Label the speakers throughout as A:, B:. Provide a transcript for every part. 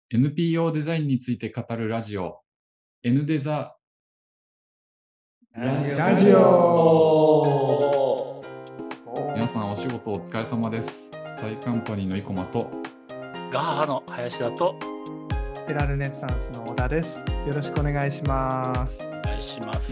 A: NPO デザインについて語るラジオ N デザラジオ。皆さんお仕事お疲れ様です。サイカンパニーの生駒と
B: ガハハの林田と
C: テラルネッサンスの小田です。よろしくお願いします。
B: お願いします。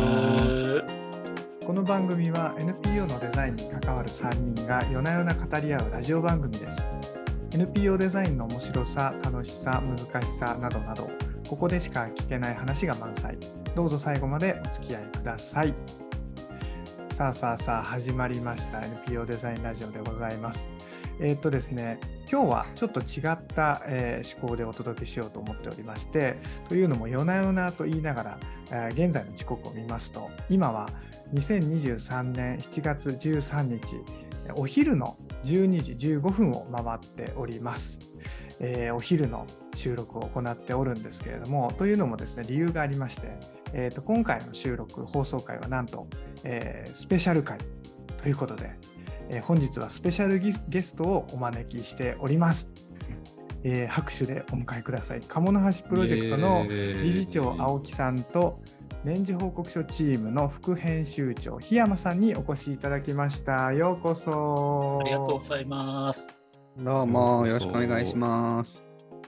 C: この番組は NPO のデザインに関わる3人が夜な夜な語り合うラジオ番組です。NPO デザインの面白さ、楽しさ、難しさなどなど、ここでしか聞けない話が満載。どうぞ最後までお付き合いください。さあ始まりました NPO デザインラジオでございます。ですね、今日はちょっと違った、趣向でお届けしようと思っておりまして、というのも夜な夜なと言いながら、現在の時刻を見ますと、今は2023年7月13日お昼の12時15分を回っております。お昼の収録を行っておるんですけれども、というのもですね、理由がありまして、今回の収録放送回はなんと、スペシャル回ということで、本日はスペシャルゲストをお招きしております。拍手でお迎えください。鴨の橋プロジェクトの理事長青木さんと年次報告書チームの副編集長檜山さんにお越しいただきました。ようこそ。
B: ありがとうございます。
D: どうもよろしくお願いします。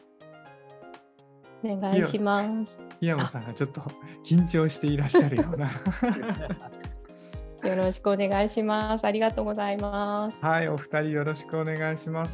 E: お願いします。
C: 檜山さんがちょっと緊張していらっしゃるような
E: よろしくお願いします。ありがとうございます。
C: はい、お二人よろしくお願いします。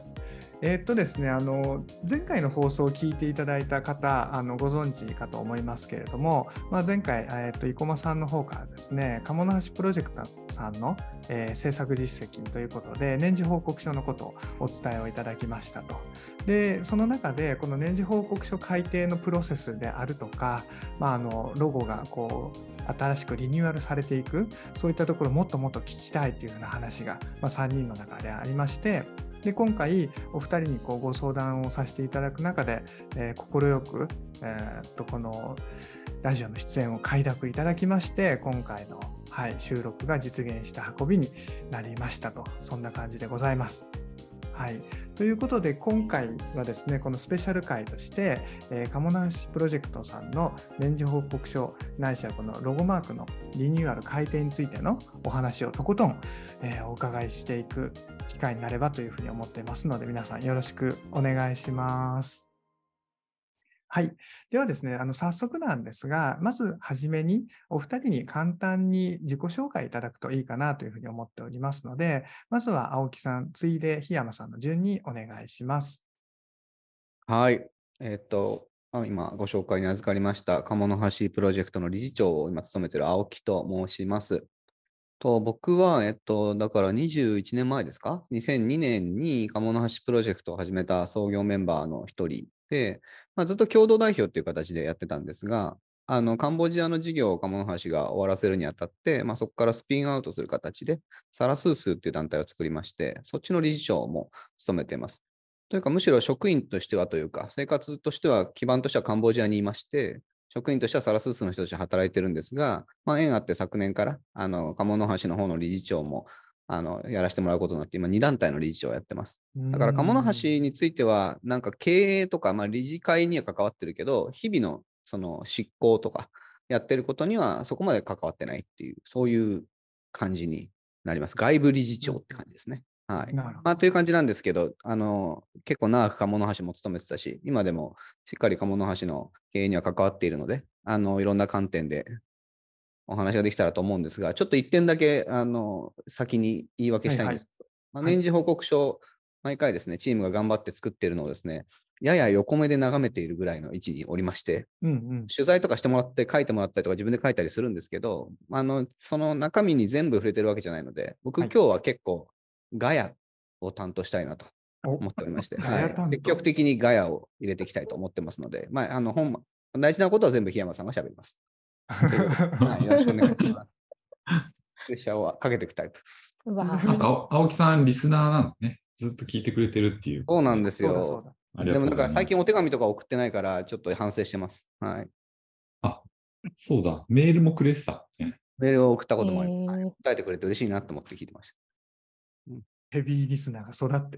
C: ですね、前回の放送を聞いていただいた方、ご存知かと思いますけれども、前回、生駒さんの方からですね、鴨の橋プロジェクトさんの、制作実績ということで、年次報告書のことをお伝えをいただきましたと。で、その中で、この年次報告書改定のプロセスであるとか、ロゴがこう、新しくリニューアルされていく、そういったところをもっともっと聞きたいというような話が、3人の中でありまして、で今回お二人にご相談をさせていただく中で、快く、このラジオの出演を快諾いただきまして、今回の、収録が実現した運びになりましたと、そんな感じでございます。はい、ということで今回はですね、このスペシャル回として、鴨の橋プロジェクトさんの年次報告書ないしはこのロゴマークのリニューアル改定についてのお話をとことん、お伺いしていく機会になればというふうに思っていますので、皆さんよろしくお願いします。はい。ではですね、早速なんですが、まずはじめにお二人に簡単に自己紹介いただくといいかなというふうに思っておりますので、まずは青木さん、次いで檜山さんの順にお願いします。
D: はい。今ご紹介に預かりました鴨の橋プロジェクトの理事長を今務めている青木と申します。僕は、だから21年前ですか ?2002 年に鴨の橋プロジェクトを始めた創業メンバーの一人で、ずっと共同代表っていう形でやってたんですが、カンボジアの事業を鴨の橋が終わらせるにあたって、そこからスピンアウトする形で、サラスースっていう団体を作りまして、そっちの理事長も務めています。というか、むしろ職員としてはというか、生活としては、基盤としてはカンボジアにいまして、職員としてはサラスースの人として働いてるんですが、縁あって昨年から、鴨の橋の方の理事長もやらせてもらうことになって、今2団体の理事長をやってます。だから鴨の橋については、なんか経営とか、理事会には関わってるけど、日々のその執行とかやってることにはそこまで関わってないっていう、そういう感じになります。外部理事長って感じですね。はい。という感じなんですけど、結構長く鴨の橋も務めてたし、今でもしっかり鴨の橋の経営には関わっているので、いろんな観点でお話ができたらと思うんですが、ちょっと一点だけ先に言い訳したいんですけど、年次報告書、毎回ですね、チームが頑張って作っているのをですね、やや横目で眺めているぐらいの位置におりまして、取材とかしてもらって書いてもらったりとか自分で書いたりするんですけど、その中身に全部触れてるわけじゃないので、僕、今日は結構ガヤを担当したいなと思っておりまして、積極的にガヤを入れていきたいと思ってますので、大事なことは全部檜山さんが喋ります。よろしくお願いします。プレッシャーをかけていくタイプ。
A: 青木さん、リスナーなのね。ずっと聞いてくれてるっていう。
D: そうなんですよ。でもなんか最近お手紙とか送ってないから、ちょっと反省してます。はい。
A: あ、そうだ。メールもくれてた、ね。
D: メールを送ったこともあります。答えてくれて嬉しいなと思って聞いてました。
C: ヘビーリスナーが育ってる。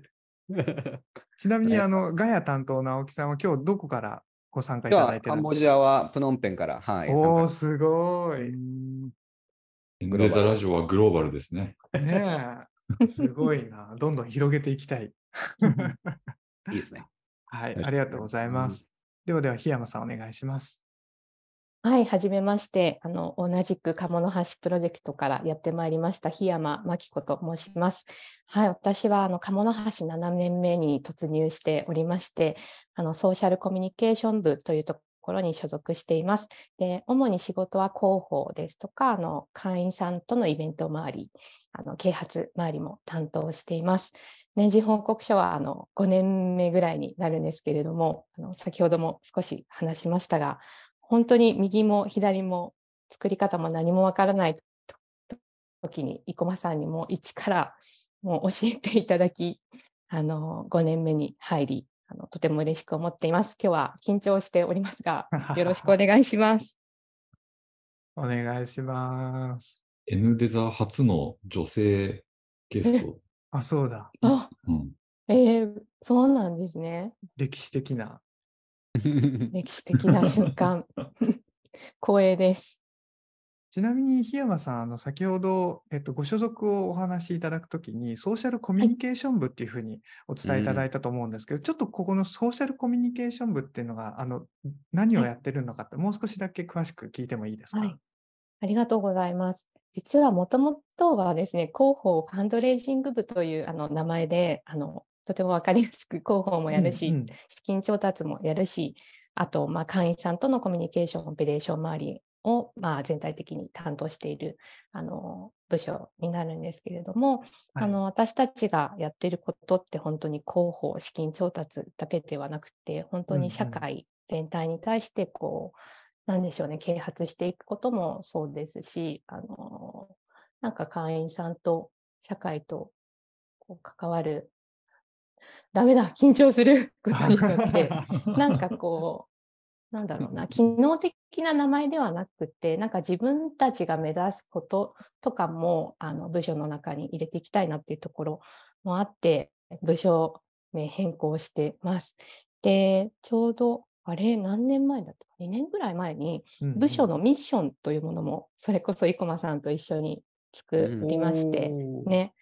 C: ちなみに、
D: ね
C: ガヤ担当の青木さんは今日どこからご参加い
D: 今日
C: ただいて
D: はカンボ
C: るんですか？
D: ジアはプノンペンから、はい、参
C: おー、
D: 加。
C: すごい。
A: エンデザラジオはグローバルですね。
C: ねえ、すごいな。どんどん広げていきたい。
D: いいですね。
C: はい、
D: よろしく
C: ありがとうございま。す。では、檜山さん、お願いします。
E: はい、はじめまして。同じく鴨の橋プロジェクトからやってまいりました、檜山真紀子と申します。はい、私は鴨の橋7年目に突入しておりまして、ソーシャルコミュニケーション部というところに所属しています。で、主に仕事は広報ですとか、会員さんとのイベント周り、啓発周りも担当しています。年次報告書は5年目ぐらいになるんですけれども、先ほども少し話しましたが、本当に右も左も作り方も何もわからない時に生駒さんにも一からもう教えていただき、5年目に入り、とても嬉しく思っています。今日は緊張しておりますが、よろしくお願いします。
C: お願いします。
A: N デザ初の女性ゲスト。
C: あ、そうだ。
E: あ、
A: うん、
E: そうなんですね。
C: 歴史的な。
E: 歴史的な瞬間。光栄です。
C: ちなみに、檜山さん、先ほど、ご所属をお話しいただくときに、ソーシャルコミュニケーション部っていうふうにお伝えいただいたと思うんですけど、ちょっとここのソーシャルコミュニケーション部っていうのが、何をやってるのかって、もう少しだけ詳しく聞いてもいいですか？
E: はい。ありがとうございます。実はもともとはですね、広報ファンドレイジング部という名前で、とても分かりやすく広報もやるし、資金調達もやるし、あと、会員さんとのコミュニケーション、オペレーション周りを、全体的に担当している部署になるんですけれども、
C: はい。
E: 私たちがやっていることって本当に広報、資金調達だけではなくて、本当に社会全体に対してなんでしょうね、啓発していくこともそうですし、なんか会員さんと社会と関わる、ダメだ、緊張することによって、なんかなんだろうな、機能的な名前ではなくて、なんか自分たちが目指すこととかも、部署の中に入れていきたいなっていうところもあって、部署名変更してます。で、ちょうど、何年前だったか、2年ぐらい前に、部署のミッションというものも、それこそ生駒さんと一緒に作りまして、ね、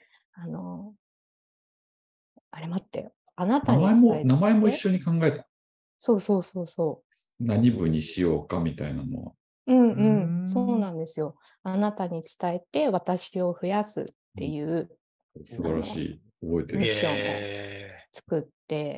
E: あれ待って、あなたに伝えて。
A: 名前も一緒に考えた。
E: そうそうそうそう。
A: 何部にしようかみたいなのは。
E: そうなんですよ。あなたに伝えて私を増やすっていう
A: 素晴らしい。覚えてる。
E: ミッションを作って、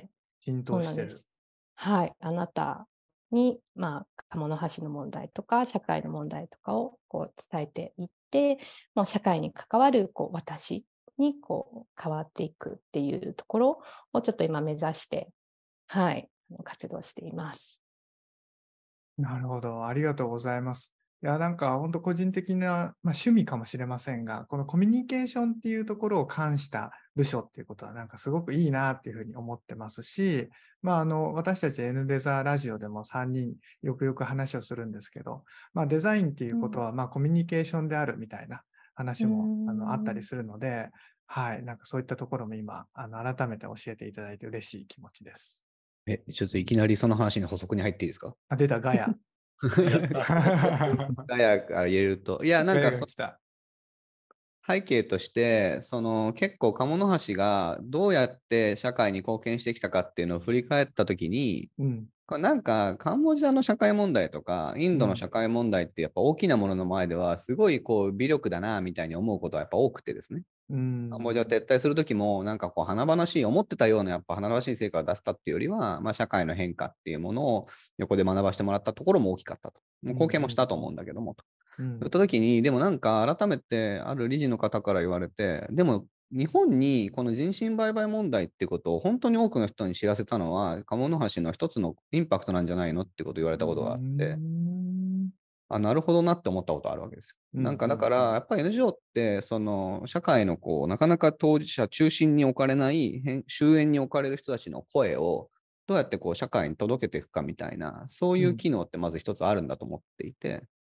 C: 浸透してる。
E: はい。あなたに、鴨の橋の問題とか、社会の問題とかを伝えていって、もう社会に関わる私に変わっていくっていうところをちょっと今目指して、はい、活動しています。
C: なるほど。ありがとうございます。いや、なんか本当個人的な、趣味かもしれませんが、このコミュニケーションっていうところを冠した部署っていうことはなんかすごくいいなっていうふうに思ってますし、私たち N デザラジオでも3人よくよく話をするんですけど、デザインっていうことはコミュニケーションであるみたいな話もあったりするので、はい、なんかそういったところも今改めて教えていただいて嬉しい気持ちです。
D: ちょっといきなりその話に補足に入っていいですか？
C: 出た、ガヤ。
D: ガヤから入れると。いや、なんか背景として、結構鴨の橋がどうやって社会に貢献してきたかっていうのを振り返ったときに、これなんかカンボジアの社会問題とか、インドの社会問題ってやっぱ大きなものの前では、すごい微力だなみたいに思うことはやっぱ多くてですね。カンボジア撤退するときも、なんか華々しい、思ってたようなやっぱ華々しい成果を出したっていうよりは、社会の変化っていうものを横で学ばせてもらったところも大きかったと。貢献もしたと思うんだけども、と。そういったときに、でもなんか改めてある理事の方から言われて、でも日本にこの人身売買問題ってことを本当に多くの人に知らせたのは、鴨の橋の一つのインパクトなんじゃないのってことを言われたことがあって、なるほどなって思ったことあるわけですよ。なんかだから、やっぱり NGO って、社会のなかなか当事者中心に置かれない、終焉に置かれる人たちの声を、どうやって社会に届けていくかみたいな、そういう機能ってまず一つあるんだと思っていて、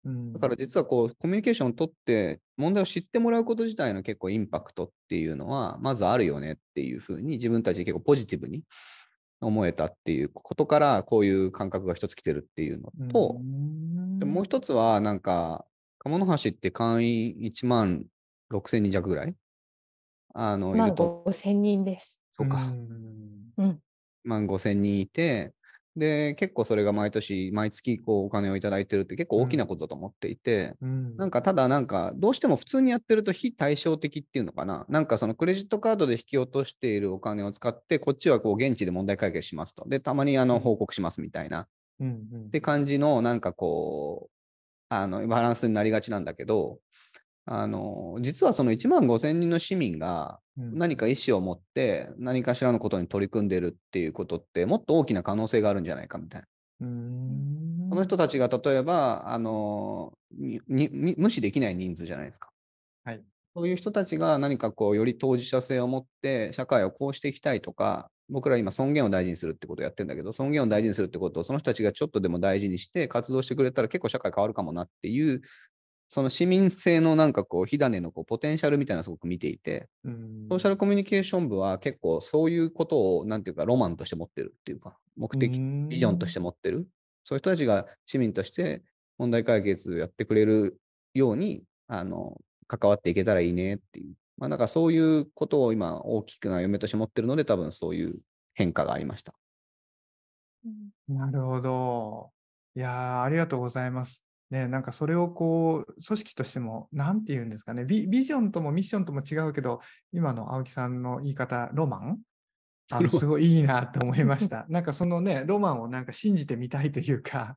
C: うん
D: だから実はこう、コミュニケーションを取って、問題を知ってもらうこと自体の結構インパクトっていうのは、まずあるよねっていうふうに、自分たちで結構ポジティブに思えたっていうことから、こういう感覚が一つ来てるっていうのと、でもう一つは、なんか、鴨の橋って会員1万6000人弱ぐらいいると。
E: 5000人です。
D: そうか。
E: うん。
D: 1万5000人いて、で、結構それが毎月こうお金をいただいてるって結構大きなことだと思っていて、なんかただなんかどうしても普通にやってると非対照的っていうのかな。なんかそのクレジットカードで引き落としているお金を使って、こっちはこう現地で問題解決しますと。で、たまに報告しますみたいな。って感じのなんかこう、バランスになりがちなんだけど、実はその1万5000人の市民が何か意思を持って何かしらのことに取り組んでるっていうことってもっと大きな可能性があるんじゃないかみたいな。この人たちが例えば無視できない人数じゃないですか。
C: はい。
D: そういう人たちが何かこうより当事者性を持って社会をこうしていきたいとか、僕ら今尊厳を大事にするってことをやってるんだけど、尊厳を大事にするってことをその人たちがちょっとでも大事にして活動してくれたら結構社会変わるかもなっていう、その市民性のなんかこう火種のこうポテンシャルみたいなのをすごく見ていて、ソーシャルコミュニケーション部は結構そういうことをなんていうかロマンとして持ってるっていうか、目的、ビジョンとして持ってる。そういう人たちが市民として問題解決やってくれるように関わっていけたらいいねっていう。まあなんかそういうことを今大きくな夢として持ってるので、多分そういう変化がありました。
C: なるほど。いやー、ありがとうございます。ね、なんかそれをこう、組織としても、なんて言うんですかね、ビジョンともミッションとも違うけど、今の青木さんの言い方、ロマンすごいいいなと思いました。なんかそのね、ロマンをなんか信じてみたいというか、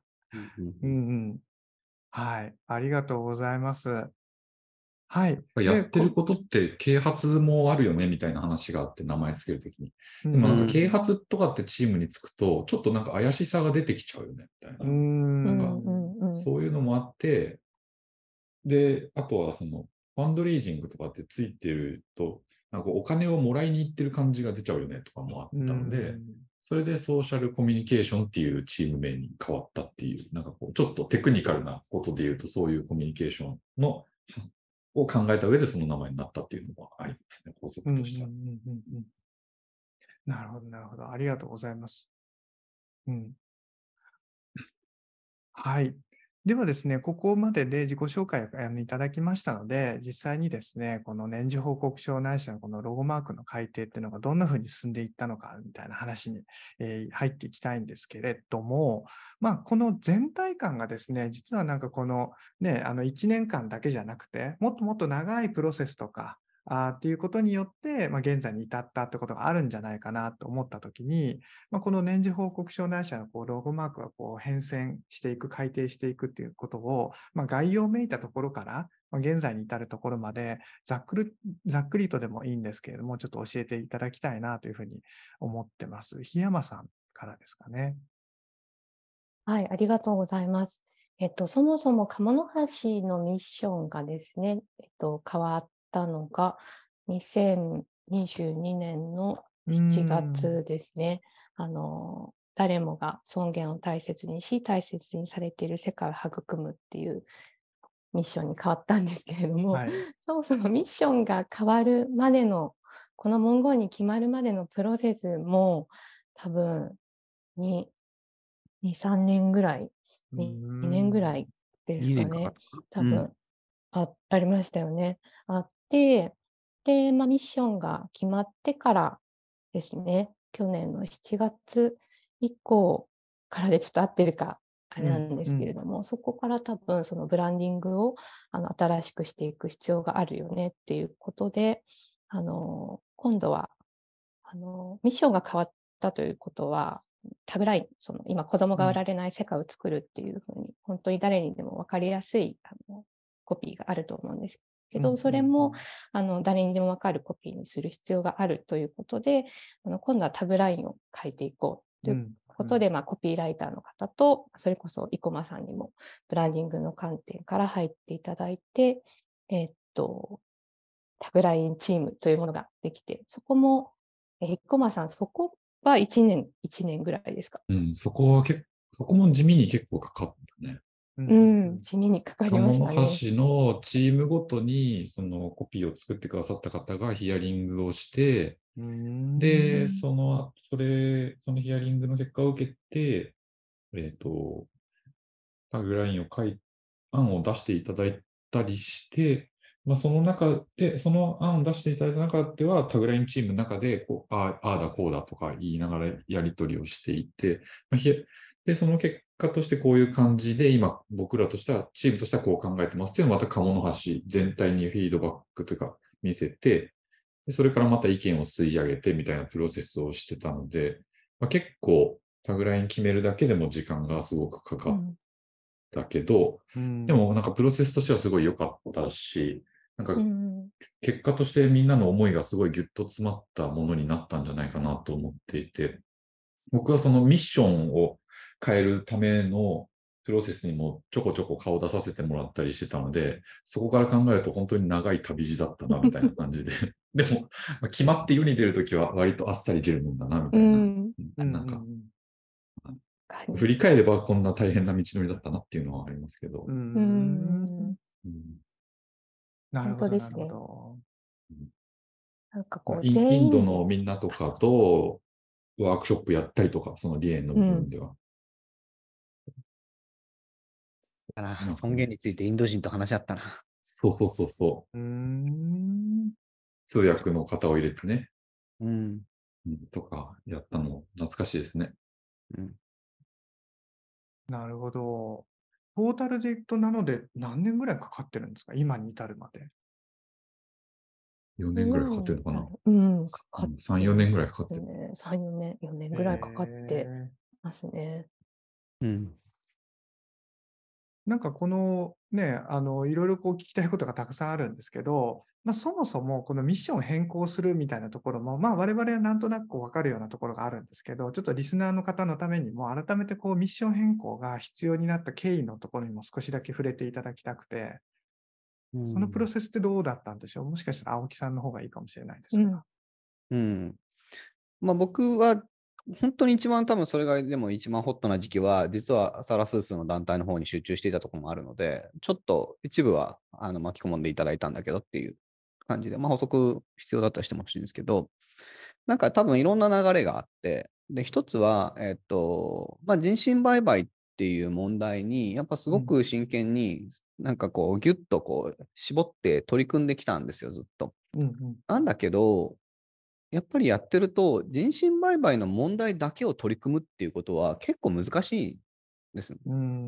C: はい、ありがとうございます。はい。
A: やってることって啓発もあるよねみたいな話があって、名前つけるときに。でもなんか啓発とかってチームにつくと、ちょっとなんか怪しさが出てきちゃうよねみたいな。なんかそういうのもあって、で、あとはそのファンドレイジングとかってついてると、なんかお金をもらいに行ってる感じが出ちゃうよねとかもあったので、それでソーシャルコミュニケーションっていうチーム名に変わったっていう、なんかこう、ちょっとテクニカルなことで言うと、そういうコミュニケーションのを考えた上でその名前になったっていうのがありますね、法則としては。
C: なるほど、なるほど。ありがとうございます。はい。ではですね、ここまでで自己紹介をいただきましたので、実際にですね、この年次報告書ないしはこのロゴマークの改定っていうのがどんなふうに進んでいったのかみたいな話に、入っていきたいんですけれども、この全体感がですね、実はなんかこのね、1年間だけじゃなくて、もっともっと長いプロセスとか、っていうことによって、現在に至ったってことがあるんじゃないかなと思ったときに、この年次報告書ないしはこうロゴマークがこう変遷していく、改定していくっていうことを、概要めいたところから、現在に至るところまでざっくりとでもいいんですけれども、ちょっと教えていただきたいなというふうに思ってます。檜山さんからですかね。
E: はい、ありがとうございます。そもそも鴨の橋のミッションがですね、変わったのが2022年の7月ですね。誰もが尊厳を大切にし、大切にされている世界を育むっていうミッションに変わったんですけれども、そもそもミッションが変わるまでの、この文言に決まるまでのプロセスも多分2、3年ぐらい、2年ぐらいですかね。多分、ありましたよね。あって、で、ミッションが決まってからですね、去年の7月以降からでちょっと合ってるかあれなんですけれども、そこから多分そのブランディングを新しくしていく必要があるよねっていうことで、今度はミッションが変わったということは、タグライン、今子供が売られない世界を作るっていうふうに、本当に誰にでも分かりやすいコピーがあると思うんですけど、それも誰にでも分かるコピーにする必要があるということで、今度はタグラインを変えていこうということで、コピーライターの方と、それこそ生駒さんにもブランディングの観点から入っていただいて、タグラインチームというものができて、そこも生駒さん、そこは1年ぐらいですか？
A: そこも地味に結構かかったね。
E: 地味にかかりま
A: 鴨の
E: したね。
A: 橋のチームごとにそのコピーを作ってくださった方がヒアリングをして、で、そのヒアリングの結果を受けて、タグライン案を出していただいたりして、その中で、その案を出していただいた中では、タグラインチームの中でああだこうだとか言いながらやり取りをしていて、で、その結果としてこういう感じで、今、僕らとしては、チームとしてはこう考えてますっていうのをまた鴨の橋全体にフィードバックというか見せて、それからまた意見を吸い上げてみたいなプロセスをしてたので、結構タグライン決めるだけでも時間がすごくかかったけど、でもなんかプロセスとしてはすごい良かったし、なんか結果としてみんなの思いがすごいギュッと詰まったものになったんじゃないかなと思っていて、僕はそのミッションを変えるためのプロセスにもちょこちょこ顔出させてもらったりしてたので、そこから考えると本当に長い旅路だったなみたいな感じで、でも決まって世に出るときは割とあっさり出るもんだなみたいな、なんか、振り返ればこんな大変な道のりだったなっていうのはありますけど。
C: なるほどです
E: ね。なんかこう
A: インドのみんなとかとワークショップやったりとか、そのリエンの部分では。
D: 尊厳についてインド人と話し合ったな。
A: そう。通訳の方を入れてね。とかやったの懐かしいですね。
C: なるほど。トータルで言うと、なので何年ぐらいかかってるんですか、今に至るまで。
A: 4年ぐらいかかってるのかな。
E: かかって
A: 3、4年ぐらいかかってる。
E: 3、4年ぐらいかかってますね。
C: なんかこのね、いろいろこう聞きたいことがたくさんあるんですけど、そもそもこのミッションを変更するみたいなところも、我々はなんとなく分かるようなところがあるんですけど、ちょっとリスナーの方のためにも、改めてこうミッション変更が必要になった経緯のところにも少しだけ触れていただきたくて、そのプロセスってどうだったんでしょう。もしかしたら青木さんの方がいいかもしれないですが。
D: 僕は本当に一番多分それがでも一番ホットな時期は、実はサラスースの団体の方に集中していたところもあるので、ちょっと一部は巻き込んでいただいたんだけどっていう感じで、補足必要だったりしてもほしいんですけど、なんか多分いろんな流れがあって、で、一つは、人身売買っていう問題に、やっぱすごく真剣に、なんかこう、ギュッとこう、絞って取り組んできたんですよ、ずっと。なんだけど、やっぱりやってると、人身売買の問題だけを取り組むっていうことは結構難しいんです。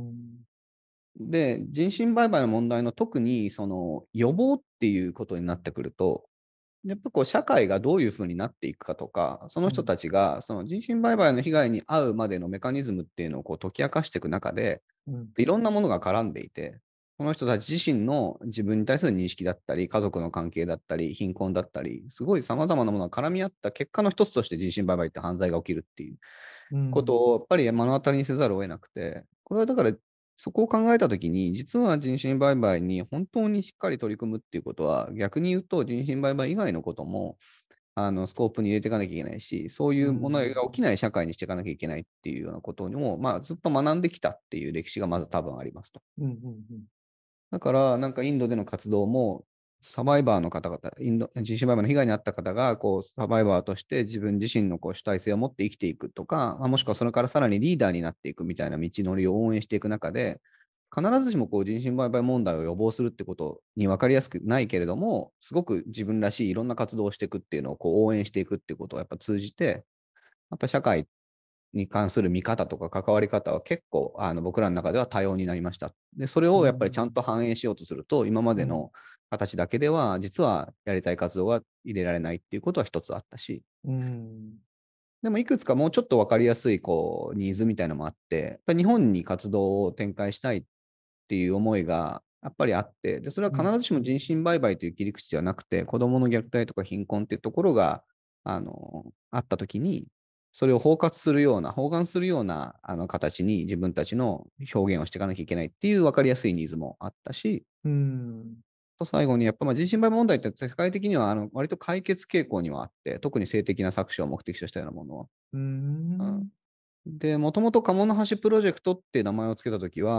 D: で、人身売買の問題の特にその予防っていうことになってくると、やっぱこう社会がどういうふうになっていくかとか、その人たちがその人身売買の被害に遭うまでのメカニズムっていうのをこう解き明かしていく中で、いろんなものが絡んでいて、この人たち自身の自分に対する認識だったり、家族の関係だったり、貧困だったり、すごい様々なものが絡み合った結果の一つとして人身売買って犯罪が起きるっていうことをやっぱり目の当たりにせざるを得なくて、これはだからそこを考えたときに、実は人身売買に本当にしっかり取り組むっていうことは、逆に言うと人身売買以外のこともスコープに入れていかなきゃいけないし、そういうものが起きない社会にしていかなきゃいけないっていうようなことにも、ずっと学んできたっていう歴史がまず多分ありますと。だから、なんかインドでの活動も、サバイバーの方々、人身売買の被害に遭った方が、サバイバーとして自分自身の主体性を持って生きていくとか、もしくはそれからさらにリーダーになっていくみたいな道のりを応援していく中で、必ずしも人身売買問題を予防するってことに分かりやすくないけれども、すごく自分らしいいろんな活動をしていくっていうのを応援していくっていうことをやっぱ通じて、やっぱ社会に関する見方とか関わり方は結構僕らの中では多様になりました。で、それをやっぱりちゃんと反映しようとすると、今までの形だけでは実はやりたい活動が入れられないっていうことは一つあったし、でもいくつかもうちょっと分かりやすいニーズみたいなのもあって、やっぱり日本に活動を展開したいっていう思いがやっぱりあって、でそれは必ずしも人身売買という切り口ではなくて、子どもの虐待とか貧困っていうところがあったときに、それを包括するような、包含するような形に自分たちの表現をしていかなきゃいけないっていう分かりやすいニーズもあったし、最後にやっぱ人身売買問題って世界的には割と解決傾向にはあって、特に性的な搾取を目的としたようなものは。で、もともと鴨の橋プロジェクトっていう名前を付けたときは、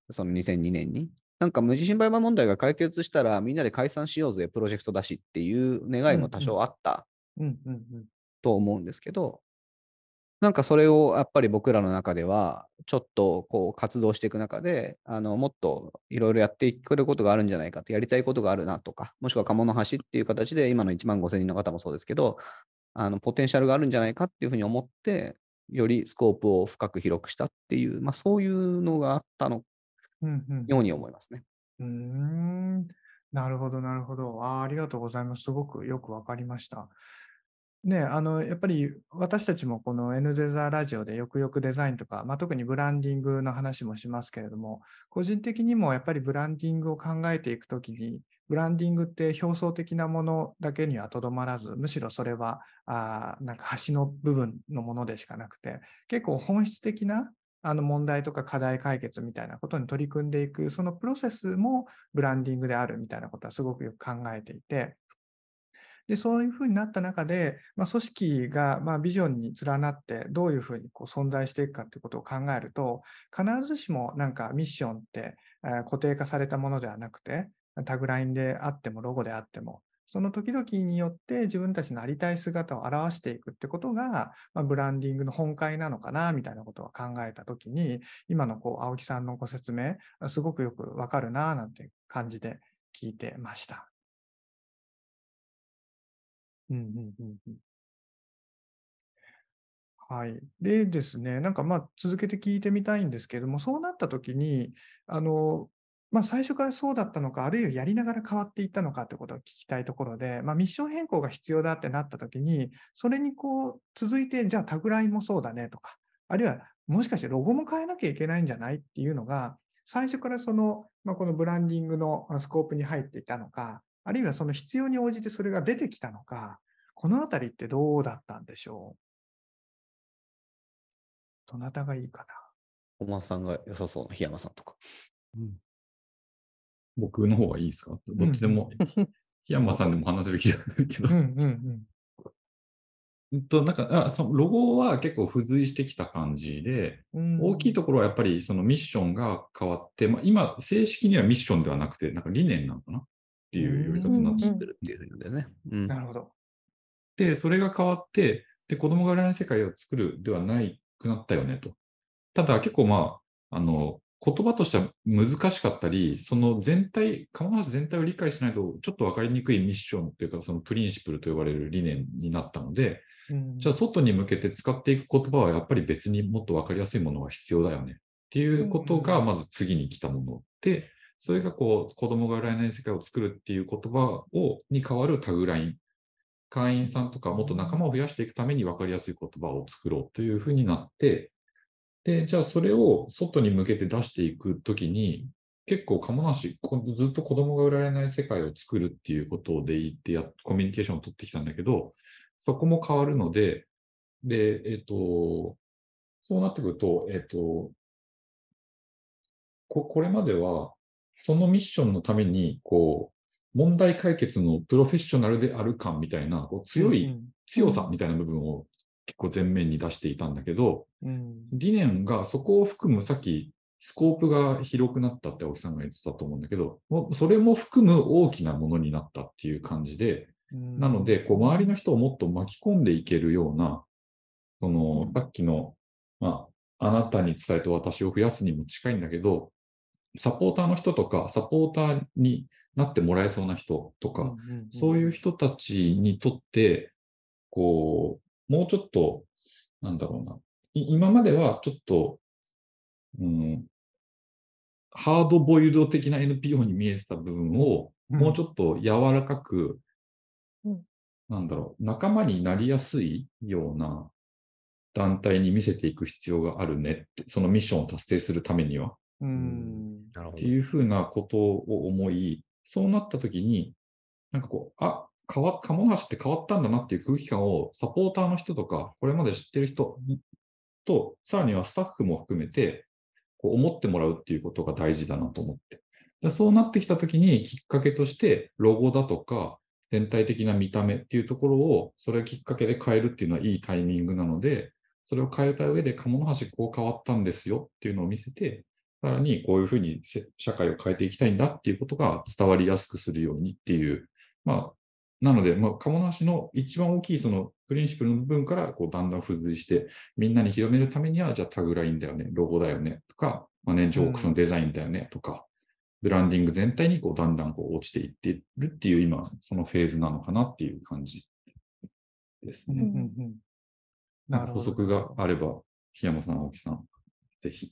D: その2002年に。なんか無地震売買問題が解決したらみんなで解散しようぜ、プロジェクトだしっていう願いも多少あったと思うんですけど、なんかそれをやっぱり僕らの中ではちょっとこう活動していく中でもっといろいろやっていくことがあるんじゃないかってやりたいことがあるなとか、もしくは鴨の橋っていう形で今の1万5千人の方もそうですけど、ポテンシャルがあるんじゃないかっていうふうに思ってよりスコープを深く広くしたっていう、そういうのがあったのように思いますね。
C: なるほど、なるほど。ありがとうございます。すごくよくわかりました。ね、やっぱり私たちもこの N デザラジオでよくよくデザインとか、特にブランディングの話もしますけれども、個人的にもやっぱりブランディングを考えていくときに、ブランディングって表層的なものだけにはとどまらず、むしろそれはなんか端の部分のものでしかなくて、結構本質的な問題とか課題解決みたいなことに取り組んでいく、そのプロセスもブランディングであるみたいなことはすごくよく考えていて、で、そういうふうになった中で、組織がビジョンに連なってどういうふうにこう存在していくかということを考えると、必ずしもなんかミッションって固定化されたものではなくて、タグラインであってもロゴであっても、その時々によって自分たちのありたい姿を表していくってことが、ブランディングの本懐なのかなみたいなことを考えたときに、今のこう青木さんのご説明、すごくよくわかるななんて感じで聞いてました。はい。でですね、なんか続けて聞いてみたいんですけども、そうなった時に、最初からそうだったのか、あるいはやりながら変わっていったのかってことを聞きたいところで、ミッション変更が必要だってなった時に、それにこう続いて、じゃあタグラインもそうだねとか、あるいはもしかしてロゴも変えなきゃいけないんじゃないっていうのが、最初からその、このブランディングのスコープに入っていたのか、あるいはその必要に応じてそれが出てきたのか、このあたりってどうだったんでしょう？どなたがいいかな。
D: 小松さんが良さそうな檜山さんとか。
A: 僕の方がいいですか？どっちでも、檜山さんでも話せる気がするけど。なんかロゴは結構付随してきた感じで、大きいところはやっぱりそのミッションが変わって、今、正式にはミッションではなくて、なんか理念なのかなっていう呼び方になってるっていうふうに言うんだよね。
C: なるほど。
A: で、それが変わって、で、子供がいらない世界を作るではないくなったよねと。ただ結構言葉としては難しかったり、その鴨の橋全体を理解しないとちょっと分かりにくいミッションというか、そのプリンシプルと呼ばれる理念になったので、じゃあ外に向けて使っていく言葉はやっぱり別にもっと分かりやすいものが必要だよねっていうことがまず次に来たもので、それがこう子供がいらない世界を作るっていう言葉に代わるタグライン。会員さんとかもっと仲間を増やしていくために分かりやすい言葉を作ろうというふうになって、で、じゃあそれを外に向けて出していくときに、結構鴨梨、ずっと子供が売られない世界を作るっていうことで言ってコミュニケーションを取ってきたんだけど、そこも変わるので、そうなってくると、これまでは、そのミッションのために、問題解決のプロフェッショナルである感みたいな、強さみたいな部分を結構前面に出していたんだけど、理念がそこを含む、さっきスコープが広くなったって青木さんが言ってたと思うんだけど、それも含む大きなものになったっていう感じで、なので、周りの人をもっと巻き込んでいけるような、さっきの、あなたに伝えて私を増やすにも近いんだけど、サポーターの人とか、サポーターになってもらえそうな人とか、そういう人たちにとって、もうちょっと、今まではちょっと、ハードボイルド的な NPO に見えてた部分を、もうちょっと柔らかく、仲間になりやすいような団体に見せていく必要があるねって、そのミッションを達成するためには。っていうふうなことを思い、そうなったときに、鴨の橋って変わったんだなっていう空気感をサポーターの人とか、これまで知ってる人と、さらにはスタッフも含めて、思ってもらうっていうことが大事だなと思って。でそうなってきたときに、きっかけとして、ロゴだとか、全体的な見た目っていうところを、それをきっかけで変えるっていうのはいいタイミングなので、それを変えた上で、鴨の橋こう変わったんですよっていうのを見せて、 さらにこういうふうに社会を変えていきたいんだっていうことが伝わりやすくするようにっていう、なので、鴨の橋の一番大きいそのプリンシプルの部分からこうだんだん付随して、みんなに広めるためには、じゃあタグラインだよね、ロゴだよねとか、年長オークションデザインだよねとか、ブランディング全体にこうだんだんこう落ちていっているっていう今、そのフェーズなのかなっていう感じですね。なんか補足があれば、檜山さん、青木さん、ぜひ。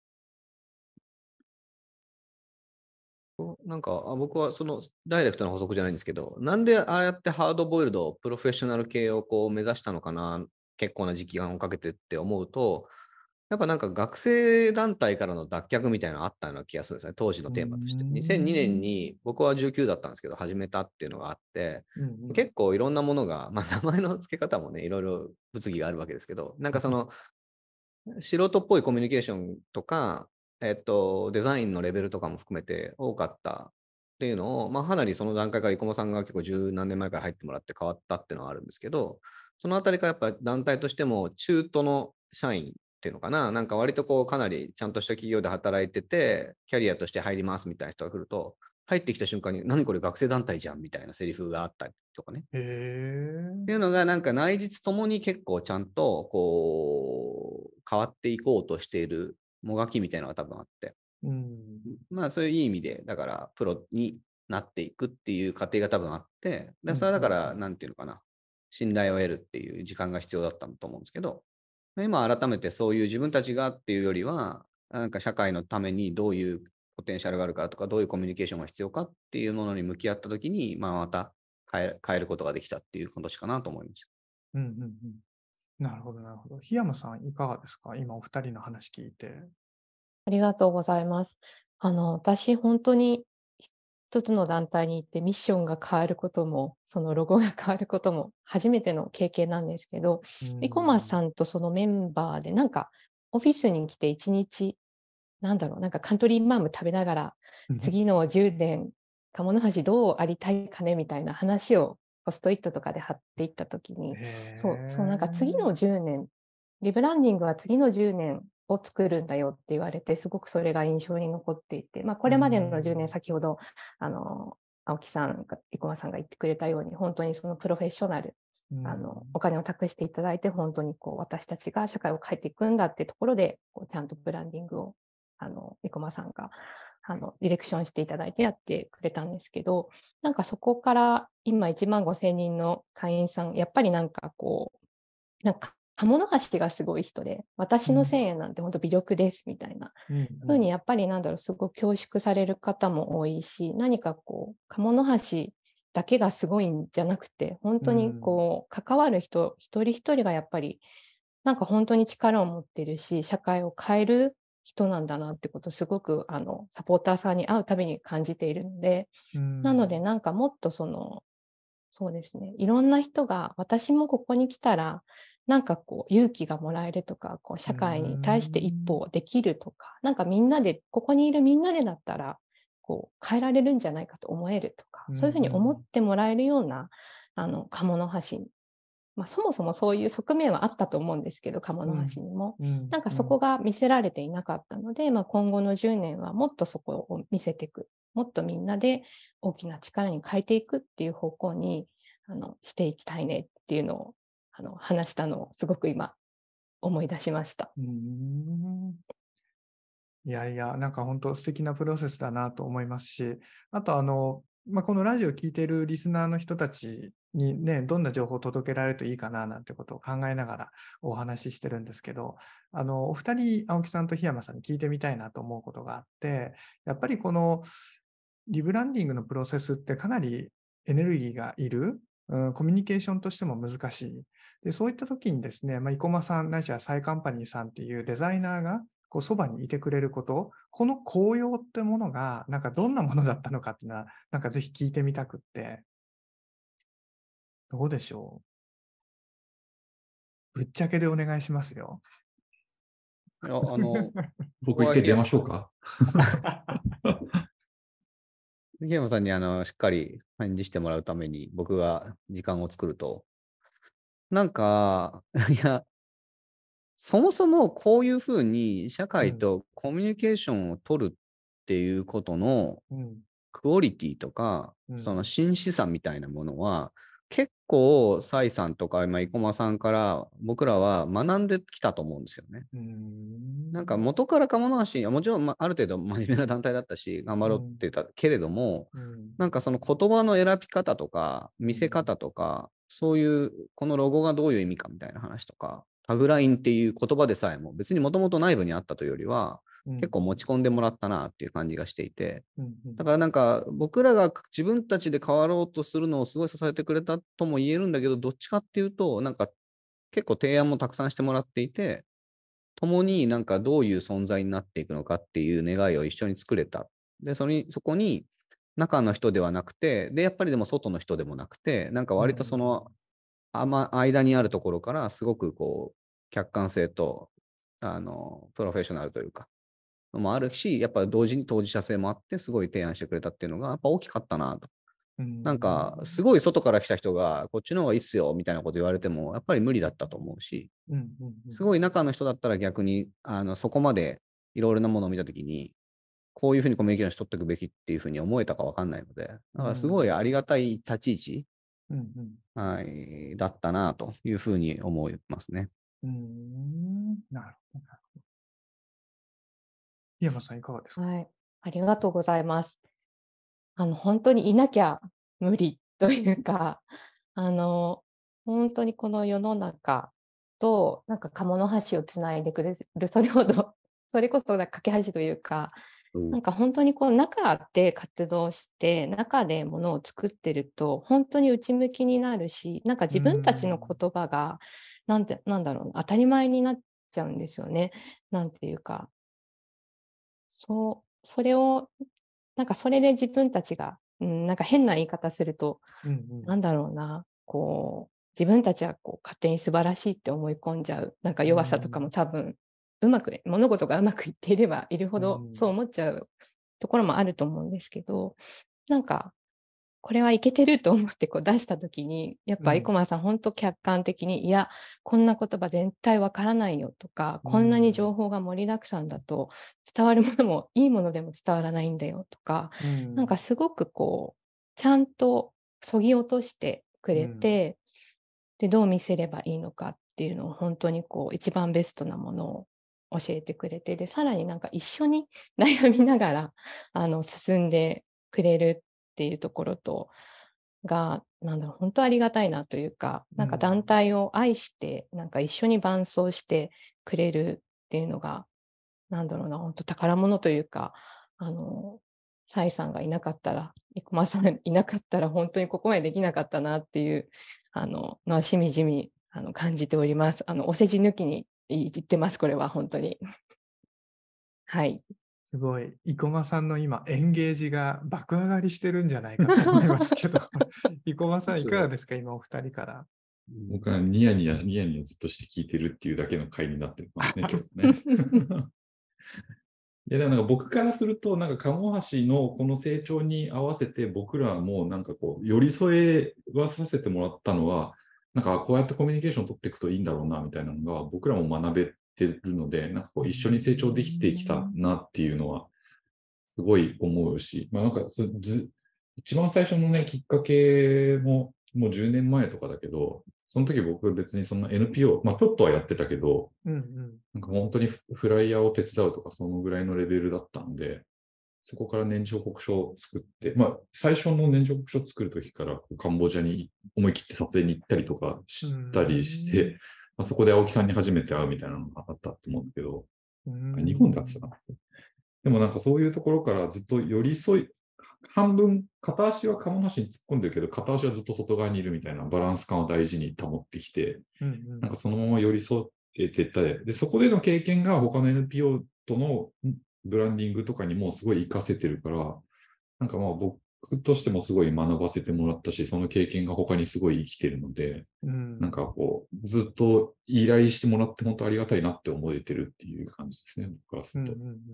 D: なんか僕はそのダイレクトな補足じゃないんですけど、なんでああやってハードボイルド、プロフェッショナル系をこう目指したのかな、結構な時間をかけてって思うと、やっぱなんか学生団体からの脱却みたいなのあったような気がするんですね、当時のテーマとして。2002年に僕は19だったんですけど、始めたっていうのがあって、結構いろんなものが、名前の付け方もね、いろいろ物議があるわけですけど、なんかその、素人っぽいコミュニケーションとか、デザインのレベルとかも含めて多かったっていうのを、かなりその段階から生駒さんが結構十何年前から入ってもらって変わったっていうのはあるんですけど、そのあたりからやっぱ団体としても中途の社員っていうのかな、なんか割とこうかなりちゃんとした企業で働いてて、キャリアとして入りますみたいな人が来ると、入ってきた瞬間に、何これ学生団体じゃんみたいなセリフがあったりとかね。っていうのが、なんか内実ともに結構ちゃんとこう変わっていこうとしているもがきみたいなのが多分あって、そういういい意味で、だからプロになっていくっていう過程が多分あって、それはだから、なんていうのかな、信頼を得るっていう時間が必要だったと思うんですけど、今改めてそういう自分たちがっていうよりは、なんか社会のためにどういうポテンシャルがあるかとか、どういうコミュニケーションが必要かっていうものに向き合ったときに、また変えることができたっていうことしかなと思いました。
C: なるほど、なるほど。檜山さん、いかがですか？今、お二人の話聞いて。
E: ありがとうございます。私、本当に一つの団体に行ってミッションが変わることも、そのロゴが変わることも初めての経験なんですけど、生駒さんとそのメンバーで、なんかオフィスに来て一日、なんかカントリーマーム食べながら、次の10年、鴨の橋どうありたいかねみたいな話をポストイットとかで貼っていったときに、なんか次の10年、リブランディングは次の10年を作るんだよって言われて、すごくそれが印象に残っていて、これまでの10年、先ほど青木さん、生駒さんが言ってくれたように、本当にそのプロフェッショナル、お金を託していただいて、本当にこう私たちが社会を変えていくんだってところで、ちゃんとブランディングを生駒さんがディレクションしていただいてやってくれたんですけど、なんかそこから今1万5,000人の会員さん、やっぱりなんかこう、なんか鴨の橋がすごい人で、私の1000円なんて本当微力ですみたいなふうにやっぱりすごく恐縮される方も多いし、何かこう鴨の橋だけがすごいんじゃなくて、本当にこう関わる人一人一人がやっぱりなんか本当に力を持ってるし、社会を変える人なんだなってことをすごくサポーターさんに会うたびに感じているので、なのでなんかもっとそうですね、いろんな人が私もここに来たらなんかこう勇気がもらえるとか、こう社会に対して一歩できるとか、なんかみんなでここにいるみんなでだったらこう変えられるんじゃないかと思えるとか、そういうふうに思ってもらえるような鴨の橋、そもそもそういう側面はあったと思うんですけど、鴨の橋にも、なんかそこが見せられていなかったので、今後の10年はもっとそこを見せていく、もっとみんなで大きな力に変えていくっていう方向にしていきたいねっていうのを話したのをすごく今思い出しました。
C: いやいや、なんか本当素敵なプロセスだなと思いますし、あとこのラジオを聞いているリスナーの人たちにね、どんな情報を届けられるといいかななんてことを考えながらお話ししてるんですけど、お二人、青木さんと檜山さんに聞いてみたいなと思うことがあって、やっぱりこのリブランディングのプロセスってかなりエネルギーがいる、コミュニケーションとしても難しい。で、そういった時にですね、生駒さんないしはサイカンパニーさんっていうデザイナーがそばにいてくれること、この効用ってものが、なんかどんなものだったのかっていうのは、なんかぜひ聞いてみたくって、どうでしょう。ぶっちゃけでお願いしますよ。
A: 僕一回出ましょうか。
D: 檜山さんにしっかり返事してもらうために僕が時間を作ると、なんか、いや、 そもそもこういうふうに社会とコミュニケーションを取るっていうことのクオリティとか、その真摯さみたいなものは、結構、サイさんとか、生駒さんから僕らは学んできたと思うんですよね。なんか元から鴨の橋、もちろん、ある程度真面目な団体だったし、頑張ろうって言ったけれども、なんかその言葉の選び方とか、見せ方とか、そういう、このロゴがどういう意味かみたいな話とか、タグラインっていう言葉でさえも別にもともと内部にあったというよりは、結構持ち込んでもらったなっていう感じがしていて、だからなんか僕らが自分たちで変わろうとするのをすごい支えてくれたとも言えるんだけど、どっちかっていうと、なんか結構提案もたくさんしてもらっていて、共になんかどういう存在になっていくのかっていう願いを一緒に作れた。で、そこに中の人ではなくて、で、やっぱりでも外の人でもなくて、なんか割とその間にあるところからすごくこう、客観性と、プロフェッショナルというか、もあるし、やっぱ同時に当事者性もあって、すごい提案してくれたっていうのが、やっぱ大きかったなと。なんか、すごい外から来た人が、こっちの方がいいっすよ、みたいなこと言われても、やっぱり無理だったと思うし、すごい中の人だったら逆に、そこまでいろいろなものを見たときに、こういうふうにコミュニケーションしとっていくべきっていうふうに思えたかわかんないので、だからすごいありがたい立ち位置、はい、だったなというふうに思いますね。
C: なるほど。檜山さんいかがですか？
E: はい、ありがとうございます。本当にいなきゃ無理というか、本当にこの世の中となんか鴨の橋をつないでくれる、それこそ架け橋というか、なんか本当にこの中で活動して中でものを作ってると本当に内向きになるし、なんか自分たちの言葉がなんだろうな、当たり前になっちゃうんですよね。なんていうか、それをなんかそれで自分たちが、なんか変な言い方すると、なんだろうな、こう自分たちはこう勝手に素晴らしいって思い込んじゃう、なんか弱さとかも多分物事がうまくいっていればいるほどそう思っちゃうところもあると思うんですけど、なんかこれはいけてると思ってこう出したときに、やっぱ生駒さん本当客観的に、いや、こんな言葉絶対わからないよとか、こんなに情報が盛りだくさんだと伝わるものもいいものでも伝わらないんだよとか、なんかすごくこうちゃんと削ぎ落としてくれて、でどう見せればいいのかっていうのを本当にこう一番ベストなものを教えてくれて、でさらになんか一緒に悩みながら進んでくれるっていうところとが、なんだろう、本当ありがたいなというか、なんか団体を愛して、なんか一緒に伴走してくれるっていうのが、なんだろうな、本当宝物というか、サイさんがいなかったら、生駒さんいなかったら、本当にここまでできなかったなっていう、しみじみ感じております。お世辞抜きに言ってます、これは本当に。はい。
C: すごい、生駒さんの今、エンゲージが爆上がりしてるんじゃないかと思いますけど、生駒さん、いかがですか、今、お二人から。
A: 僕はニヤニヤずっとして聞いてるっていうだけの回になってますね、今日ね。いや、でもなんか僕からすると、なんか鴨橋のこの成長に合わせて、僕らはもうなんかこう、寄り添えはさせてもらったのは、なんかこうやってコミュニケーションを取っていくといいんだろうな、みたいなのが、僕らも学べてるので、なんかこう一緒に成長できてきたなっていうのは、すごい思うし、まあなんか一番最初のね、きっかけも、もう10年前とかだけど、その時僕別にそんな NPO、まあちょっとはやってたけど、なんか本当にフライヤーを手伝うとかそのぐらいのレベルだったんで、そこから年次報告書を作って、まあ最初の年次報告書を作る時からカンボジアに思い切って撮影に行ったりとかしたりして、まあ、そこで青木さんに初めて会うみたいなのがあったと思うんだけど、日本だったかな。でもなんかそういうところからずっと寄り添い、半分、片足は鴨の橋に突っ込んでるけど、片足はずっと外側にいるみたいなバランス感を大事に保ってきて、なんかそのまま寄り添っていったで、そこでの経験が他の NPO とのブランディングとかにもすごい活かせてるから、なんかまあ僕としてもすごい学ばせてもらったし、その経験が他にすごい生きてるので、なんかこう、ずっと依頼してもらって本当ありがたいなって思えてるっていう感じですね、僕からすると。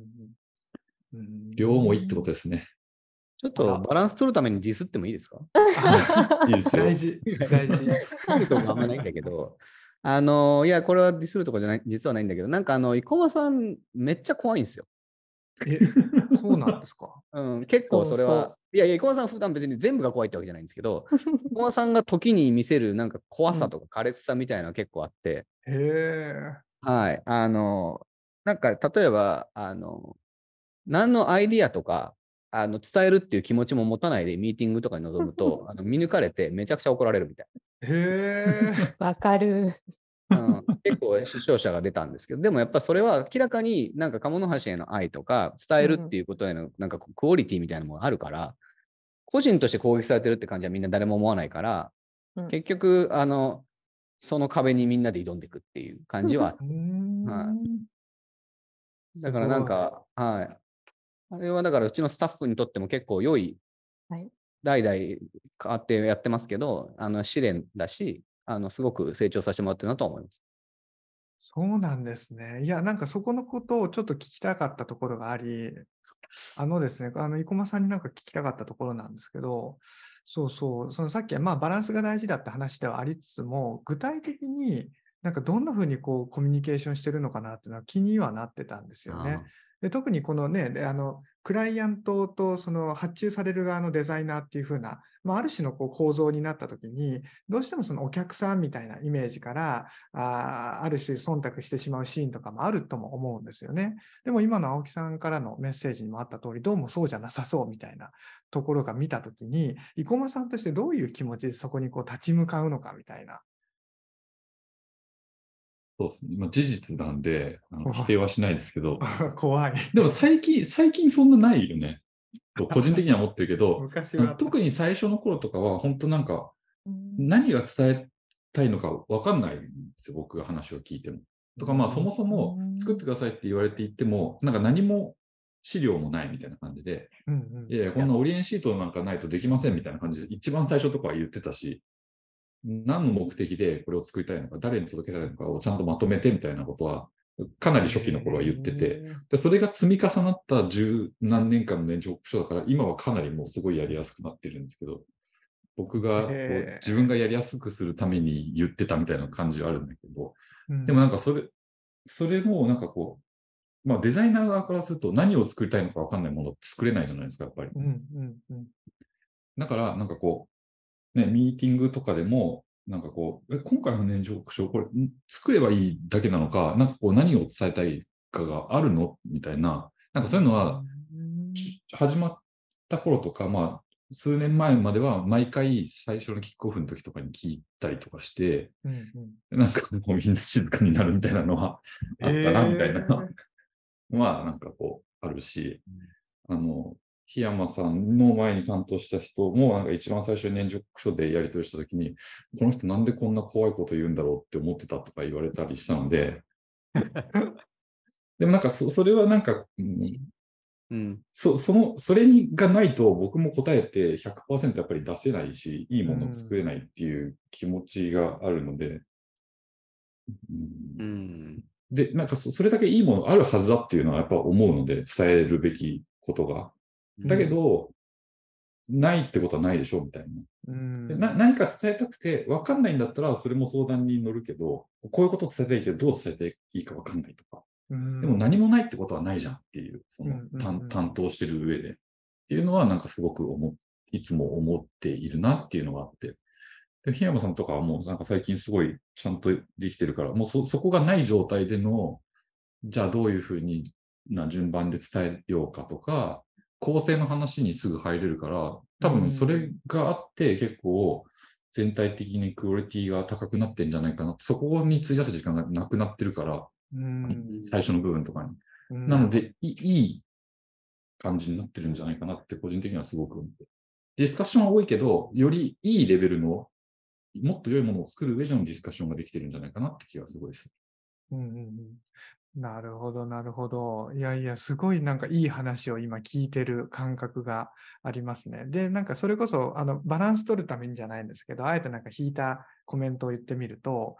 A: 両思いってことですね。
D: ちょっとバランス取るためにディスってもいいですか？
C: いいですよ。大事。
D: 来るとこあんまないんだけど、 いや、これはディスるとこじゃない、実はないんだけど、なんか生駒さん、めっちゃ怖いんですよ。
C: そうなんですか。
D: 結構それは、
E: そう
D: いやいや、生駒さん普段別に全部が怖いってわけじゃないんですけど、生駒さんが時に見せるなんか怖さとか苛烈さみたいなのが結構あって、
C: へえ。
D: はい。なんか例えば、何のアイディアとか、伝えるっていう気持ちも持たないでミーティングとかに臨むと、見抜かれてめちゃくちゃ怒られるみたい
C: へえ。
E: わかる。
D: な。結構死傷者が出たんですけど、でもやっぱそれは明らかになんか鴨の橋への愛とか、伝えるっていうことへのなんかクオリティみたいなのもあるから、個人として攻撃されてるって感じはみんな誰も思わないから、結局、その壁にみんなで挑んでいくっていう感じはあって、はい、だからなんか、はい。あれはだからうちのスタッフにとっても結構良い、代々変わってやってますけど、試練だし、すごく成長させてもらってるなと思います。
C: そうなんですね。いや、なんかそこのことをちょっと聞きたかったところがあり、ですね、生駒さんになんか聞きたかったところなんですけど、そうそう、そのさっきはまあバランスが大事だって話ではありつつも、具体的になんかどんなふうにこうコミュニケーションしてるのかなっていうのは気にはなってたんですよね。で特にこのね、クライアントとその発注される側のデザイナーっていう風な、ある種のこう構造になったときに、どうしてもそのお客さんみたいなイメージから、ある種忖度してしまうシーンとかもあるとも思うんですよね。でも今の青木さんからのメッセージにもあった通り、どうもそうじゃなさそうみたいなところが見たときに、生駒さんとしてどういう気持ちでそこにこう立ち向かうのかみたいな。
A: そうですね。事実なんで、否定はしないですけど。
C: 怖い。
A: でも最近そんなないよね。と個人的には思ってるけど、特に最初の頃とかは、本当なんか、何が伝えたいのか分かんないんですよ、僕が話を聞いても。とか、そもそも作ってくださいって言われていっても、なんか何も資料もないみたいな感じで、いや、こんなオリエンシートなんかないとできませんみたいな感じで、一番最初とかは言ってたし、何の目的でこれを作りたいのか、誰に届けたいのかをちゃんとまとめてみたいなことは、かなり初期の頃は言ってて、でそれが積み重なった十何年間の年長書だから、今はかなりもうすごいやりやすくなってるんですけど、僕がこう自分がやりやすくするために言ってたみたいな感じはあるんだけど、でもなんかそれもなんかこう、デザイナー側からすると何を作りたいのか分かんないものって作れないじゃないですか、やっぱり。だから、なんかこう、ね、ミーティングとかでも、なんかこう、今回の年長書、これ作ればいいだけなのか、なんかこう何を伝えたいかがあるのみたいな、なんかそういうのは、始まった頃とか、数年前までは毎回最初のキックオフの時とかに聞いたりとかして、なんかもうみんな静かになるみたいなのはあったな、みたいななんかこう、あるし、檜山さんの前に担当した人も、なんか一番最初に年長書でやり取りしたときに、この人なんでこんな怖いこと言うんだろうって思ってたとか言われたりしたので、でもなんかそれはなんか、それがないと僕も答えて 100% やっぱり出せないし、いいものを作れないっていう気持ちがあるので、で、なんかそれだけいいものあるはずだっていうのはやっぱ思うので、伝えるべきことが。だけど、ないってことはないでしょみたいな。何か伝えたくて分かんないんだったらそれも相談に乗るけど、こういうことを伝えたいけどどう伝えていいか分かんないとか。でも何もないってことはないじゃんっていう、その担当してる上でっていうのはなんかすごくいつも思っているなっていうのがあって。で、檜山さんとかはもうなんか最近すごいちゃんとできてるから、もうそこがない状態での、じゃあどういうふうにな順番で伝えようかとか、構成の話にすぐ入れるから、多分それがあって結構全体的にクオリティが高くなってんじゃないかな。そこに費やす時間がなくなってるから、最初の部分とかに。なので、いい感じになってるんじゃないかなって個人的にはすごく思って。ディスカッションは多いけど、よりいいレベルのもっと良いものを作る上でのディスカッションができてるんじゃないかなって気がすごいです。
C: なるほど、なるほど。いやいや、すごいなんかいい話を今聞いてる感覚がありますね。で、なんかそれこそバランス取るためにじゃないんですけど、あえてなんか引いたコメントを言ってみると、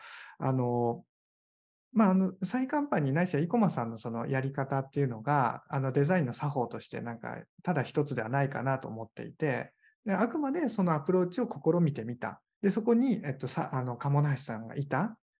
C: サイカンパニーないしは生駒さんのそのやり方っていうのが、デザインの作法としてなんかただ一つではないかなと思っていて、であくまでそのアプローチを試みてみた。で、そこに、鴨梨さんがいた。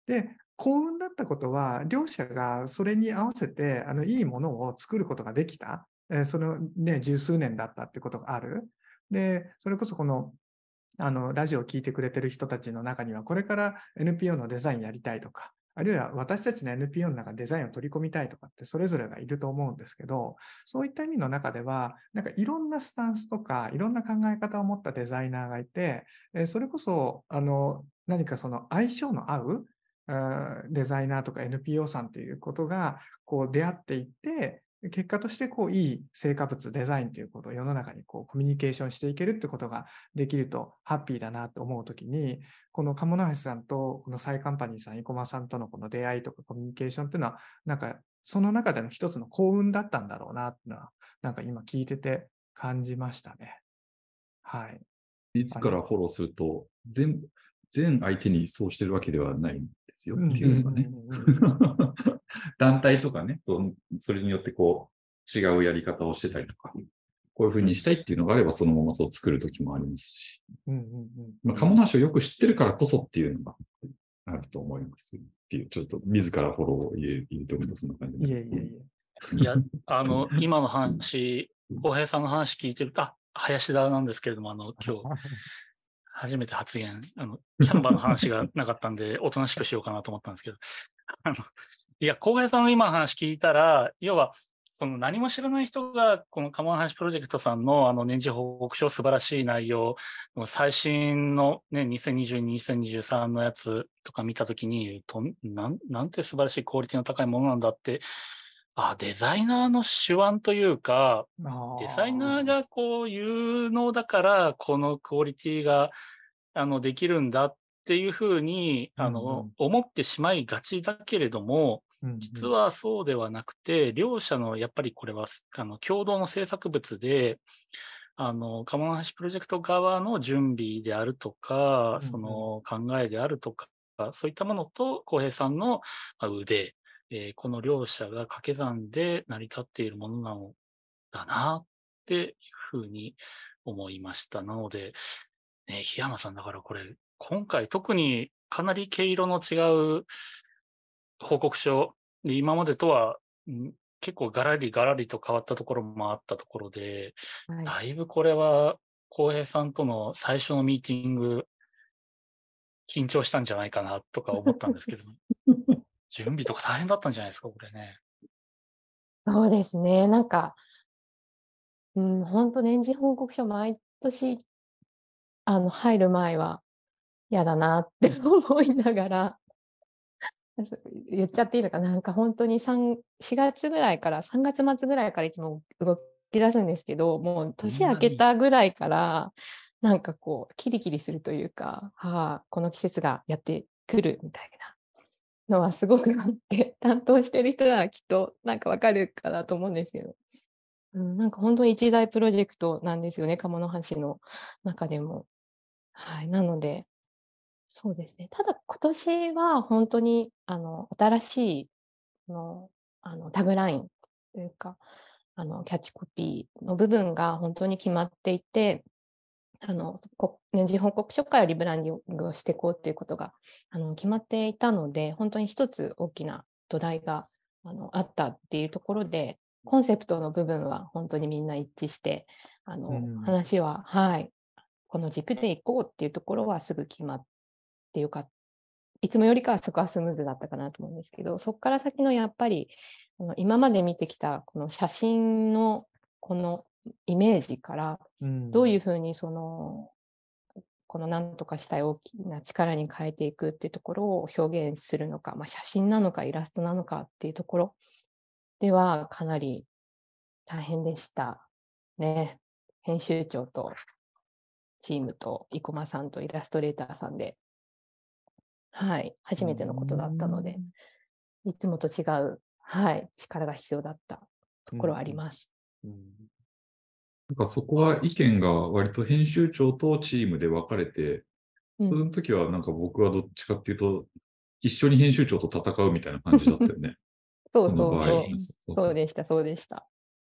C: で、幸運だったことは、両者がそれに合わせていいものを作ることができた。そのね、十数年だったってことがある。で、それこそこのラジオを聞いてくれてる人たちの中には、これから NPO のデザインやりたいとか、あるいは私たちの NPO の中でデザインを取り込みたいとかってそれぞれがいると思うんですけど、そういった意味の中では、なんかいろんなスタンスとか、いろんな考え方を持ったデザイナーがいて、それこそ何かその相性の合うデザイナーとか NPO さんということがこう出会っていって、結果としてこういい成果物、デザインということを世の中にこうコミュニケーションしていけるってことができるとハッピーだなと思うときに、この鴨橋さんとこのサイカンパニーさん、生駒さんとのこの出会いとかコミュニケーションっていうのは、なんかその中での一つの幸運だったんだろうなっていうのは、なんか今聞いてて感じましたね。はい。
A: 自らフォローすると、全相手にそうしてるわけではないんですよっていうのがね。団体とかね、それによってこう、違うやり方をしてたりとか、こういうふうにしたいっていうのがあれば、そのままそう作るときもありますし、鴨橋をよく知ってるからこそっていうのがあると思いますっていう、ちょっと自らフォローを入れておくとそんな感じで。
B: いや、今の話、浩平さんの話聞いてる、林田なんですけれども、今日、初めて発言、キャンバーの話がなかったんで、おとなしくしようかなと思ったんですけど、いや、浩平さんの今の話聞いたら、要は、その何も知らない人が、この鴨の橋プロジェクトさんの年次報告書、素晴らしい内容、最新のね、2022、2023のやつとか見たときに、なんて素晴らしいクオリティの高いものなんだって、デザイナーの手腕というか、デザイナーがこう有能だから、このクオリティができるんだっていうふうに思ってしまいがちだけれども、実はそうではなくて、両者のやっぱりこれは共同の制作物で、鴨の橋プロジェクト側の準備であるとか、その考えであるとか、そういったものと浩平さんの腕、この両者が掛け算で成り立っているものなのだなっていうふうに思いました。なので、檜山さんだからこれ、今回特にかなり毛色の違う報告書で、今までとは結構ガラリガラリと変わったところもあったところで、だいぶこれは浩平さんとの最初のミーティング、緊張したんじゃないかなとか思ったんですけど、準備とか大変だったんじゃないですか、これね。
E: そうですね。なんか、本当年次報告書毎年、入る前は嫌だなって思いながら、言っちゃっていいのかな、なんか本当に4月ぐらいから、3月末ぐらいからいつも動き出すんですけど、もう年明けたぐらいから、なんかこう、キリキリするというか、この季節がやってくるみたいなのはすごくあって、担当してる人ならきっとなんかわかるかなと思うんですけど、なんか本当に一大プロジェクトなんですよね、鴨の橋の中でも。なので、そうですね。ただ今年は本当に新しいタグラインというか、キャッチコピーの部分が本当に決まっていて、年次報告書からリブランディングをしていこうということが決まっていたので、本当に一つ大きな土台があったっていうところで、コンセプトの部分は本当にみんな一致して、話は、この軸でいこうっていうところはすぐ決まってよかった。いつもよりかはそこはスムーズだったかなと思うんですけど、そこから先のやっぱり今まで見てきたこの写真のこのイメージからどういうふうにこの何とかしたい大きな力に変えていくっていうところを表現するのか、写真なのかイラストなのかっていうところではかなり大変でしたね。編集長とチームと生駒さんとイラストレーターさんで、初めてのことだったので、いつもと違う、力が必要だったところはあります。
A: なんかそこは意見が割と編集長とチームで分かれて、その時はなんか僕はどっちかっていうと、一緒に編集長と戦うみたいな感じだったよね。
E: そうでした、そうでした。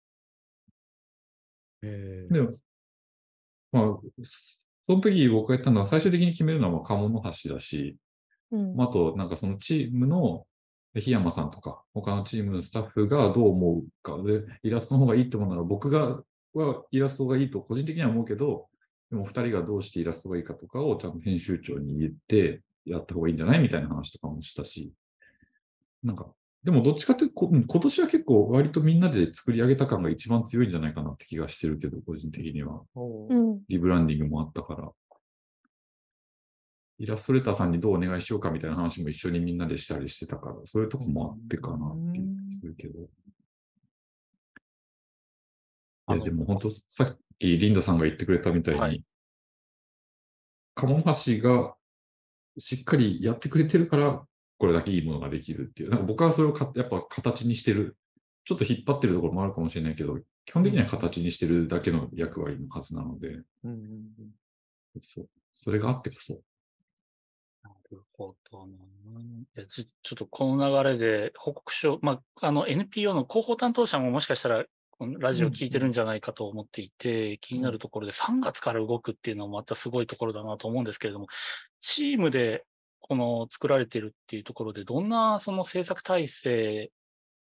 A: でも、その時僕が言ったのは最終的に決めるのは鴨の橋だし、 あと、なんかそのチームの檜山さんとか、他のチームのスタッフがどう思うかで、イラストの方がいいと思うなら、僕はイラストがいいと個人的には思うけど、でも2人がどうしてイラストがいいかとかをちゃんと編集長に言ってやった方がいいんじゃないみたいな話とかもしたし、なんか、でもどっちかというと、今年は結構割とみんなで作り上げた感が一番強いんじゃないかなって気がしてるけど、個人的には。リブランディングもあったから。イラストレーターさんにどうお願いしようかみたいな話も一緒にみんなでしたりしてたから、そういうとこもあってかなっていう気がするけど。いや、でも本当、さっきリンダさんが言ってくれたみたいに、鴨橋がしっかりやってくれてるから、これだけいいものができるっていう。なんか僕はそれをやっぱ形にしてる。ちょっと引っ張ってるところもあるかもしれないけど、基本的には形にしてるだけの役割のはずなので、それがあってこそ。
B: なるほどな。ちょっとこの流れで報告書、NPO の広報担当者ももしかしたら、このラジオ聞いてるんじゃないかと思っていて、気になるところで3月から動くっていうのもまたすごいところだなと思うんですけれども、チームで作られてるっていうところで、どんなその制作体制、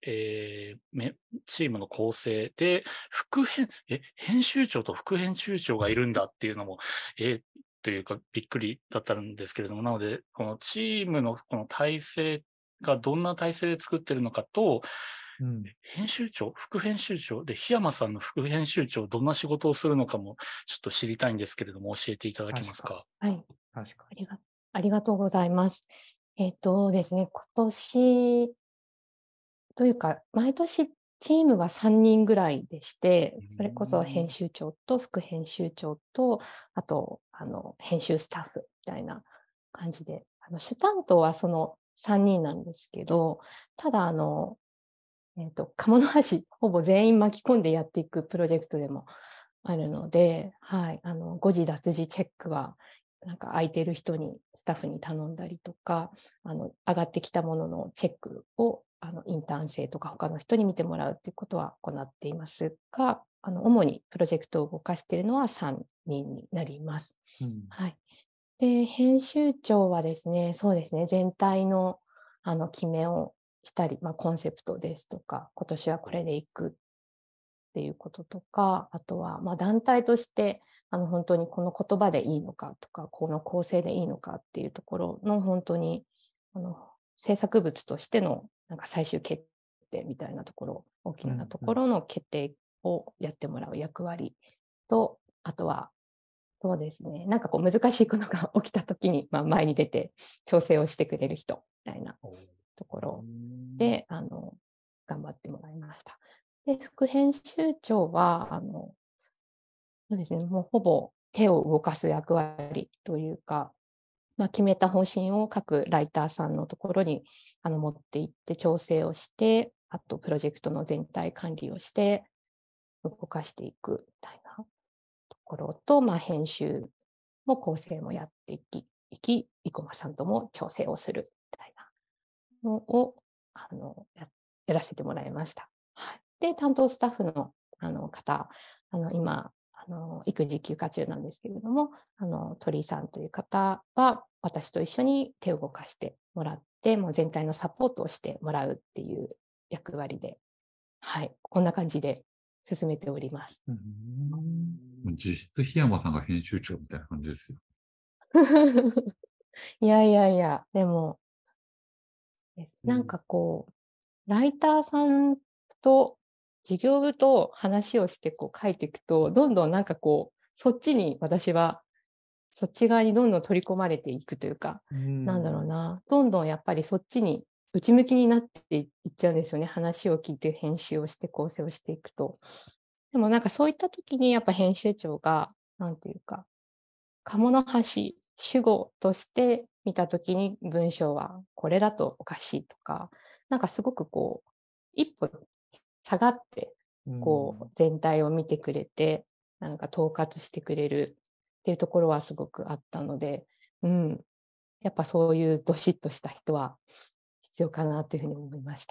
B: チームの構成で、編集長と副編集長がいるんだっていうのも、というかびっくりだったんですけれども、なので、このチームのこの体制がどんな体制で作ってるのかと、編集長、副編集長で、檜山さんの副編集長、どんな仕事をするのかもちょっと知りたいんですけれども、教えていただけますか。
E: はい。ありがとうございます。ですね、今年というか、毎年チームが3人ぐらいでして、それこそ編集長と副編集長と、あと、編集スタッフみたいな感じで、主担当はその3人なんですけど、ただ、鴨の橋、ほぼ全員巻き込んでやっていくプロジェクトでもあるので、はい、誤字脱字チェックは、なんか空いてる人に、スタッフに頼んだりとか、上がってきたもののチェックを、インターン生とか他の人に見てもらうということは行っていますが、主にプロジェクトを動かしているのは3人になります。はい。で、編集長はですね、そうですね、全体の、決めをしたり、コンセプトですとか、今年はこれでいくっていうこととか、あとは、団体として、本当にこの言葉でいいのかとか、この構成でいいのかっていうところの、本当に、制作物としての、なんか最終決定みたいなところ、大きなところの決定をやってもらう役割と、あとは、そうですね、なんかこう難しいことが起きたときに、前に出て調整をしてくれる人みたいなところで、頑張ってもらいました。で、副編集長は、そうですね、もうほぼ手を動かす役割というか、決めた方針を各ライターさんのところに持っていって調整をして、あとプロジェクトの全体管理をして動かしていくみたいなところと、編集も構成もやっていき、生駒さんとも調整をするみたいなのをやらせてもらいました。はい、で、担当スタッフの方、今、育児休暇中なんですけれども、鳥居さんという方は、私と一緒に手を動かしてもらって、もう全体のサポートをしてもらうっていう役割で、はい、こんな感じで進めております。
A: 実質、檜山さんが編集長みたいな感じですよ。
E: いやいやいや、でも、なんかこう、ライターさんと事業部と話をして書いていくと、どんどんなんかこう、そっちに私は、そっち側にどんどん取り込まれていくというか、なんだろうな、どんどんやっぱりそっちに内向きになっていっちゃうんですよね。話を聞いて編集をして構成をしていくと。でもなんかそういった時にやっぱ編集長が、なんていうか、鴨の橋、主語として見たときに文章はこれだとおかしいとか、なんかすごくこう、一歩下がって、全体を見てくれて、なんか統括してくれるっていうところはすごくあったので、やっぱそういうどしっとした人は必要かなというふうに思いました。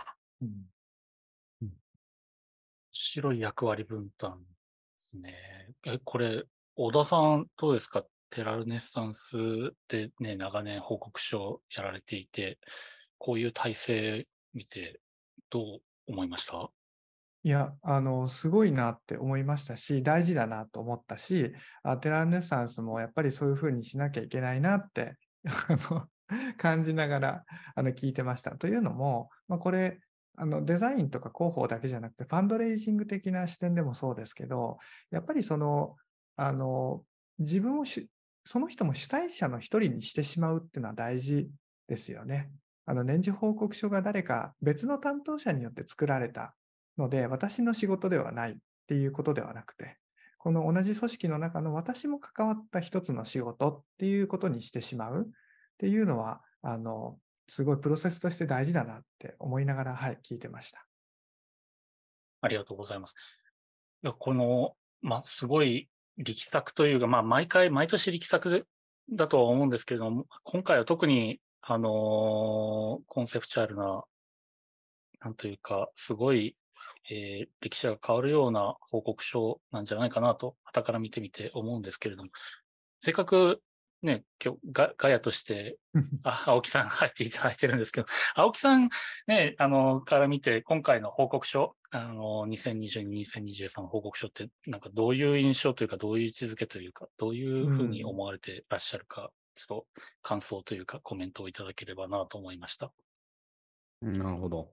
B: 白い役割分担ですね。これ、小田さんどうですか？ テラルネッサンスでね、長年報告書をやられていて、こういう体制見てどう思いました？
C: いや、すごいなって思いましたし、大事だなと思ったし、テラルネッサンスもやっぱりそういう風にしなきゃいけないなって、感じながら、聞いてました。というのも、これ、デザインとか広報だけじゃなくて、ファンドレイジング的な視点でもそうですけど、やっぱりあの、自分をその人も主体者の一人にしてしまうっていうのは大事ですよね。年次報告書が誰か別の担当者によって作られたので、私の仕事ではないっていうことではなくて、この同じ組織の中の私も関わった一つの仕事っていうことにしてしまうっていうのは、すごいプロセスとして大事だなって思いながら、はい、聞いてました。
B: ありがとうございます。この、すごい力作というか、毎年力作だとは思うんですけれども、今回は特に、コンセプチュアルな、なんというか、すごい、歴史が変わるような報告書なんじゃないかなと、傍から見てみて思うんですけれども、せっかくね、今日ガヤとして、青木さん入っていただいてるんですけど、青木さんね、から見て、今回の報告書、2022、2023報告書って、なんかどういう印象というか、どういう位置づけというか、どういうふうに思われてらっしゃるか、ちょっと感想というか、コメントをいただければなと思いました。
D: なるほど。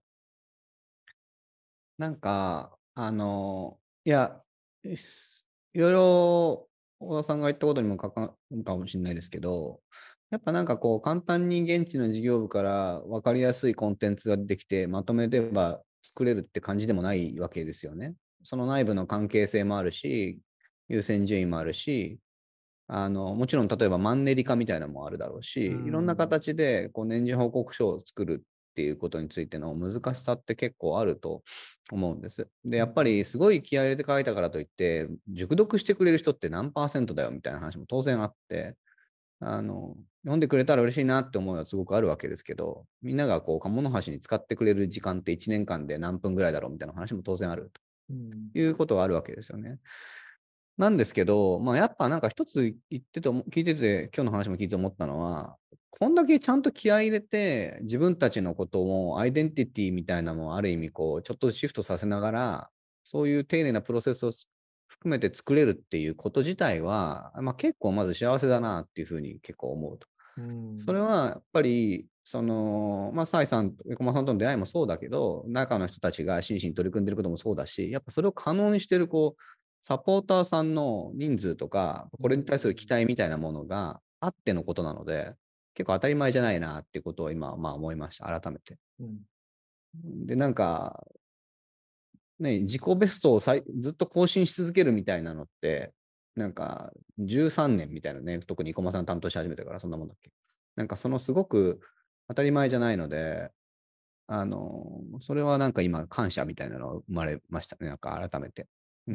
D: なんか、いや、いろいろ小田さんが言ったことにもかるかもしれないですけど、やっぱなんかこう、簡単に現地の事業部から分かりやすいコンテンツが出てきて、まとめれば作れるって感じでもないわけですよね。その内部の関係性もあるし、優先順位もあるし、もちろん例えばマンネリ化みたいなのもあるだろうし、いろんな形でこう年次報告書を作るっていうことについての難しさって結構あると思うんです。で、やっぱりすごい気合い入れて書いたからといって、熟読してくれる人って何%だよみたいな話も当然あって、読んでくれたら嬉しいなって思いはすごくあるわけですけど、みんながこう、鴨の橋に使ってくれる時間って1年間で何分ぐらいだろうみたいな話も当然あるということがあるわけですよね。なんですけど、やっぱなんか一つ聞いてて、今日の話も聞いて思ったのは、こんだけちゃんと気合い入れて、自分たちのこともアイデンティティみたいなのもある意味こう、ちょっとシフトさせながら、そういう丁寧なプロセスを含めて作れるっていうこと自体は、結構まず幸せだなっていうふうに結構思うと。それはやっぱり、サイさん、エコマさんとの出会いもそうだけど、中の人たちが真摯に取り組んでることもそうだし、やっぱそれを可能にしてるこう、サポーターさんの人数とか、これに対する期待みたいなものがあってのことなので、結構当たり前じゃないなっていうことを今、思いました、改めて。で、なんか、ね、自己ベストをずっと更新し続けるみたいなのって、なんか13年みたいなね、特に生駒さん担当し始めてからそんなもんだっけ。なんかそのすごく当たり前じゃないので、それはなんか今感謝みたいなのが生まれましたね、なんか改めて。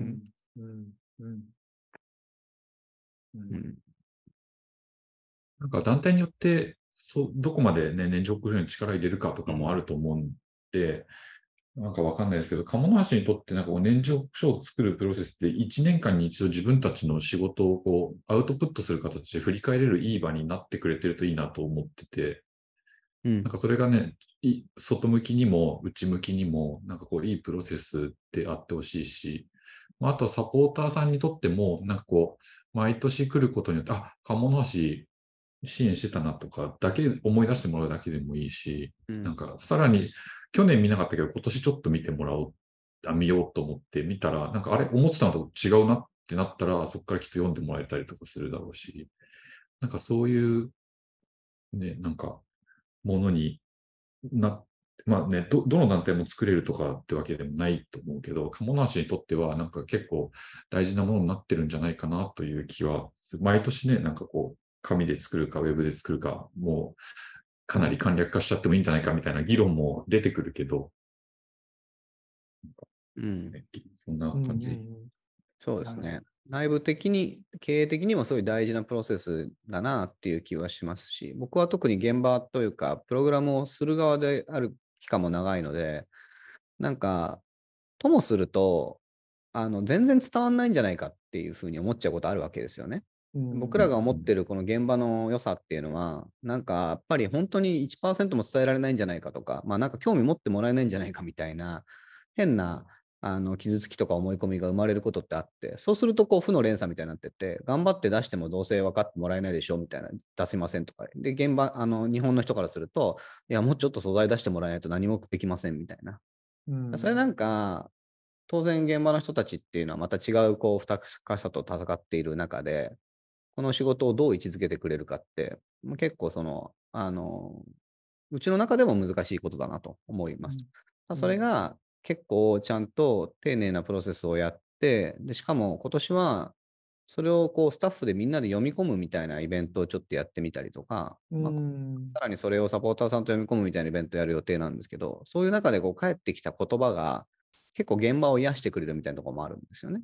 A: なんか団体によって、どこまでね、年次報告書に力入れるかとかもあると思うんで、なんかわかんないですけど、鴨の橋にとってなんか年次報告書を作るプロセスで1年間に一度自分たちの仕事をこうアウトプットする形で振り返れるいい場になってくれてるといいなと思ってて、なんかそれがね、外向きにも内向きにもなんかこういいプロセスであってほしいし、あとはサポーターさんにとってもなんかこう毎年来ることによって、鴨の橋支援してたなとかだけ思い出してもらうだけでもいいし、なんかさらに去年見なかったけど今年ちょっと見てもら見ようと思って見たら、なんかあれ思ってたのと違うなってなったら、そこからきっと読んでもらえたりとかするだろうし、なんかそういうね、なんかものにどの団体も作れるとかってわけでもないと思うけど、鴨梨にとってはなんか結構大事なものになってるんじゃないかなという気は、毎年ね、なんかこう、紙で作るか、ウェブで作るか、もうかなり簡略化しちゃってもいいんじゃないかみたいな議論も出てくるけど、そんな感じ。
D: そうですね。内部的に、経営的にもそういう大事なプロセスだなっていう気はしますし、僕は特に現場というか、プログラムをする側である期間も長いので、なんか、ともすると、全然伝わんないんじゃないかっていうふうに思っちゃうことあるわけですよね。 僕らが思ってるこの現場の良さっていうのは、なんかやっぱり本当に 1% も伝えられないんじゃないかとか、なんか興味持ってもらえないんじゃないかみたいな、変な傷つきとか思い込みが生まれることってあって、そうするとこう負の連鎖みたいになってって、頑張って出してもどうせ分かってもらえないでしょみたいな、出せませんとか。で、現場、日本の人からすると、いや、もうちょっと素材出してもらえないと何もできませんみたいな。それなんか、当然現場の人たちっていうのはまた違うこう不確かさと戦っている中で、この仕事をどう位置づけてくれるかって、結構うちの中でも難しいことだなと思います。それが結構ちゃんと丁寧なプロセスをやって、でしかも今年はそれをこうスタッフでみんなで読み込むみたいなイベントをちょっとやってみたりとか、さらにそれをサポーターさんと読み込むみたいなイベントをやる予定なんですけど、そういう中でこう帰ってきた言葉が結構現場を癒してくれるみたいなところもあるんですよね。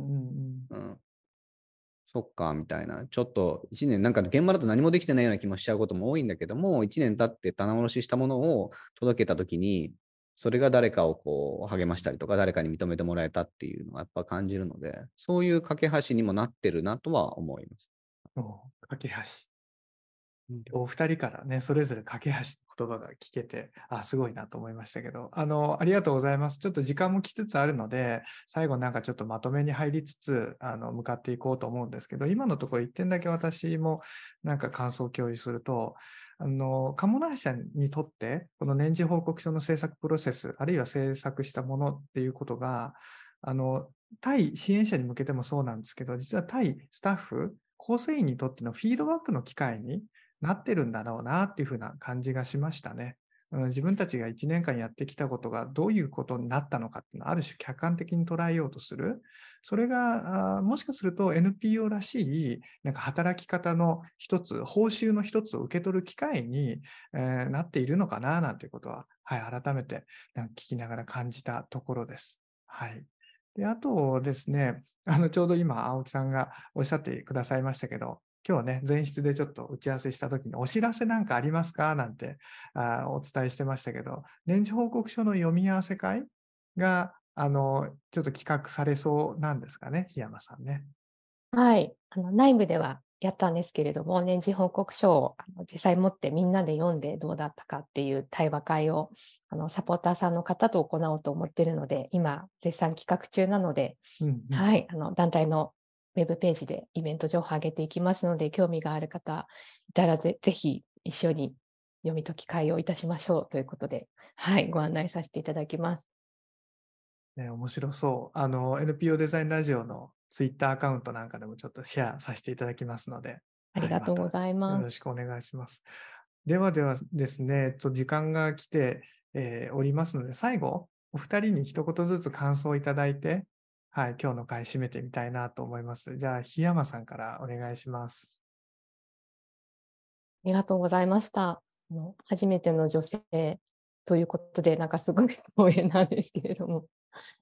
D: そっか、みたいな。ちょっと1年、なんか現場だと何もできてないような気もしちゃうことも多いんだけども、1年経って棚卸ししたものを届けたときに、それが誰かをこう励ましたりとか、誰かに認めてもらえたっていうのはやっぱ感じるので、そういう架け橋にもなってるなとは思います。
C: 架け橋。お二人からね、それぞれ架け橋の言葉が聞けて、すごいなと思いましたけど、ありがとうございます。ちょっと時間も来つつあるので、最後なんかちょっとまとめに入りつつ、向かっていこうと思うんですけど、今のところ1点だけ私もなんか感想を共有すると、鴨梨社にとって、この年次報告書の制作プロセス、あるいは制作したものっていうことが、対支援者に向けてもそうなんですけど、実は対スタッフ、構成員にとってのフィードバックの機会になってるんだろうなっていうふうな感じがしましたね。自分たちが1年間やってきたことがどういうことになったのかっていうのをある種客観的に捉えようとする。それがもしかすると NPO らしいなんか働き方の一つ、報酬の一つを受け取る機会に、なっているのかななんていうことは、改めて聞きながら感じたところです。で、あとですね、ちょうど今、青木さんがおっしゃってくださいましたけど、今日ね、前室でちょっと打ち合わせしたときに、お知らせなんかありますかなんてお伝えしてましたけど、年次報告書の読み合わせ会が、ちょっと企画されそうなんですかね、檜山さんね。
E: 内部ではやったんですけれども、年次報告書を実際持ってみんなで読んでどうだったかっていう対話会をサポーターさんの方と行おうと思っているので、今絶賛企画中なので、団体のウェブページでイベント情報を上げていきますので、興味がある方いたらぜひ一緒に読み解き会をいたしましょうということで、ご案内させていただきます。
C: 面白そう。NPO デザインラジオのツイッターアカウントなんかでもちょっとシェアさせていただきますので。
E: ありがとうございます。
C: よろしくお願いします。ではですね、時間が来て、おりますので、最後、お二人に一言ずつ感想をいただいて、今日の会締めてみたいなと思います。じゃあ、檜山さんからお願いします。
E: ありがとうございました。初めての女性ということで、なんかすごい光栄なんですけれども。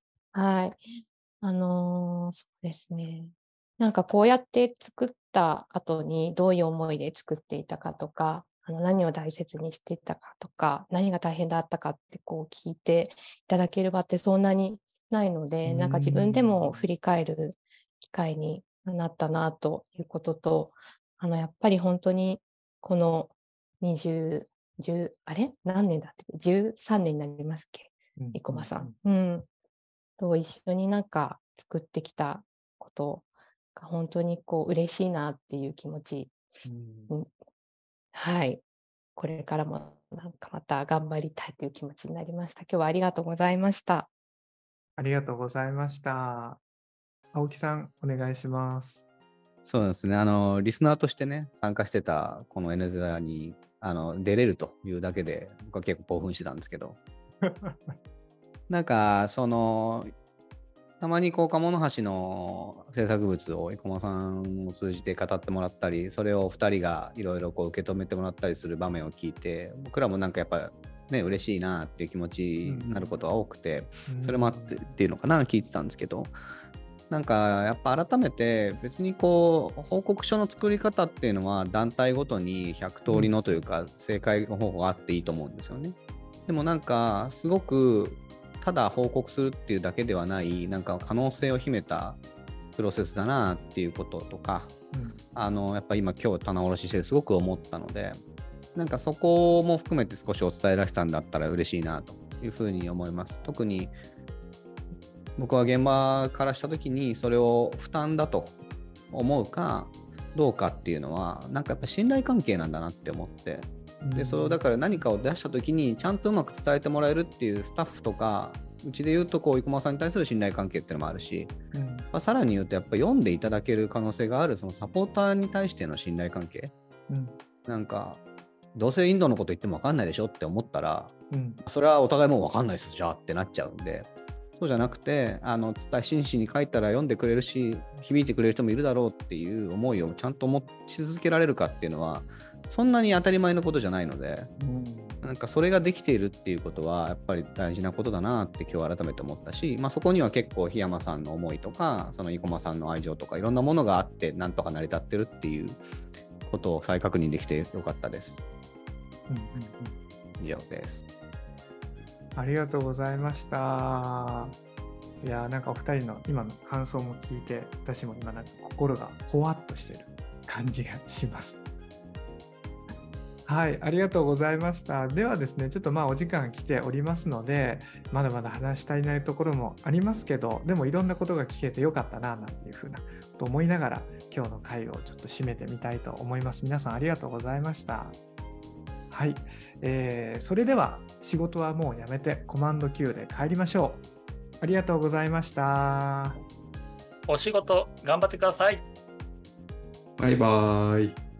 E: そうですね。なんかこうやって作った後にどういう思いで作っていたかとか、何を大切にしていたかとか、何が大変だったかってこう聞いていただける場ってそんなにないので、なんか自分でも振り返る機会になったなということと、やっぱり本当にこの何年だって13年になりますっけ、生駒さん。と一緒になんか作ってきたことが本当にこう嬉しいなっていう気持ち、これからもなんかまた頑張りたいという気持ちになりました。今日はありがとうございました。
C: ありがとうございました。青木さん、お願いします。
D: そうですね。リスナーとしてね、参加してたこの N ゼアに出れるというだけで、僕は結構興奮してたんですけど。なんかたまに鴨の橋の制作物を生駒さんを通じて語ってもらったり、それを2人がいろいろ受け止めてもらったりする場面を聞いて、僕らもなんかやっぱね嬉しいなっていう気持ちになることが多くて、それもあってっていうのかな聞いてたんですけど、なんかやっぱ改めて別に報告書の作り方っていうのは団体ごとに100通りのというか正解方法があっていいと思うんですよね。でもなんかすごくただ報告するっていうだけではない、なんか可能性を秘めたプロセスだなっていうこととか、 やっぱ今日棚卸ししてすごく思ったので、なんかそこも含めて少しお伝えられたんだったら嬉しいなというふうに思います。特に僕は現場からした時にそれを負担だと思うかどうかっていうのは、なんかやっぱ信頼関係なんだなって思って、でそれをだから何かを出した時にちゃんとうまく伝えてもらえるっていうスタッフとか、うちで言うと生駒さんに対する信頼関係っていうのもあるし、さらに言うとやっぱ読んでいただける可能性があるそのサポーターに対しての信頼関係、なんかどうせインドのこと言っても分かんないでしょって思ったら、それはお互いもう分かんないですじゃあってなっちゃうんで、そうじゃなくて真摯に書いたら読んでくれるし響いてくれる人もいるだろうっていう思いをちゃんと持ち続けられるかっていうのはそんなに当たり前のことじゃないので、なんかそれができているっていうことはやっぱり大事なことだなって今日改めて思ったし、そこには結構檜山さんの思いとかその生駒さんの愛情とかいろんなものがあってなんとか成り立ってるっていうことを再確認できてよかったです。以上です。
C: ありがとうございました。いや、なんかお二人の今の感想も聞いて、私も今なんか心がほわっとしてる感じがします。はい、ありがとうございました。ではですね、ちょっとお時間来ておりますので、まだまだ話し足りないところもありますけど、でもいろんなことが聞けてよかったな、なんていうふうなと思いながら、今日の会をちょっと締めてみたいと思います。皆さんありがとうございました。はい、それでは仕事はもうやめてコマンド Q で帰りましょう。ありがとうございました。
B: お仕事頑張ってください。
A: バイバイ。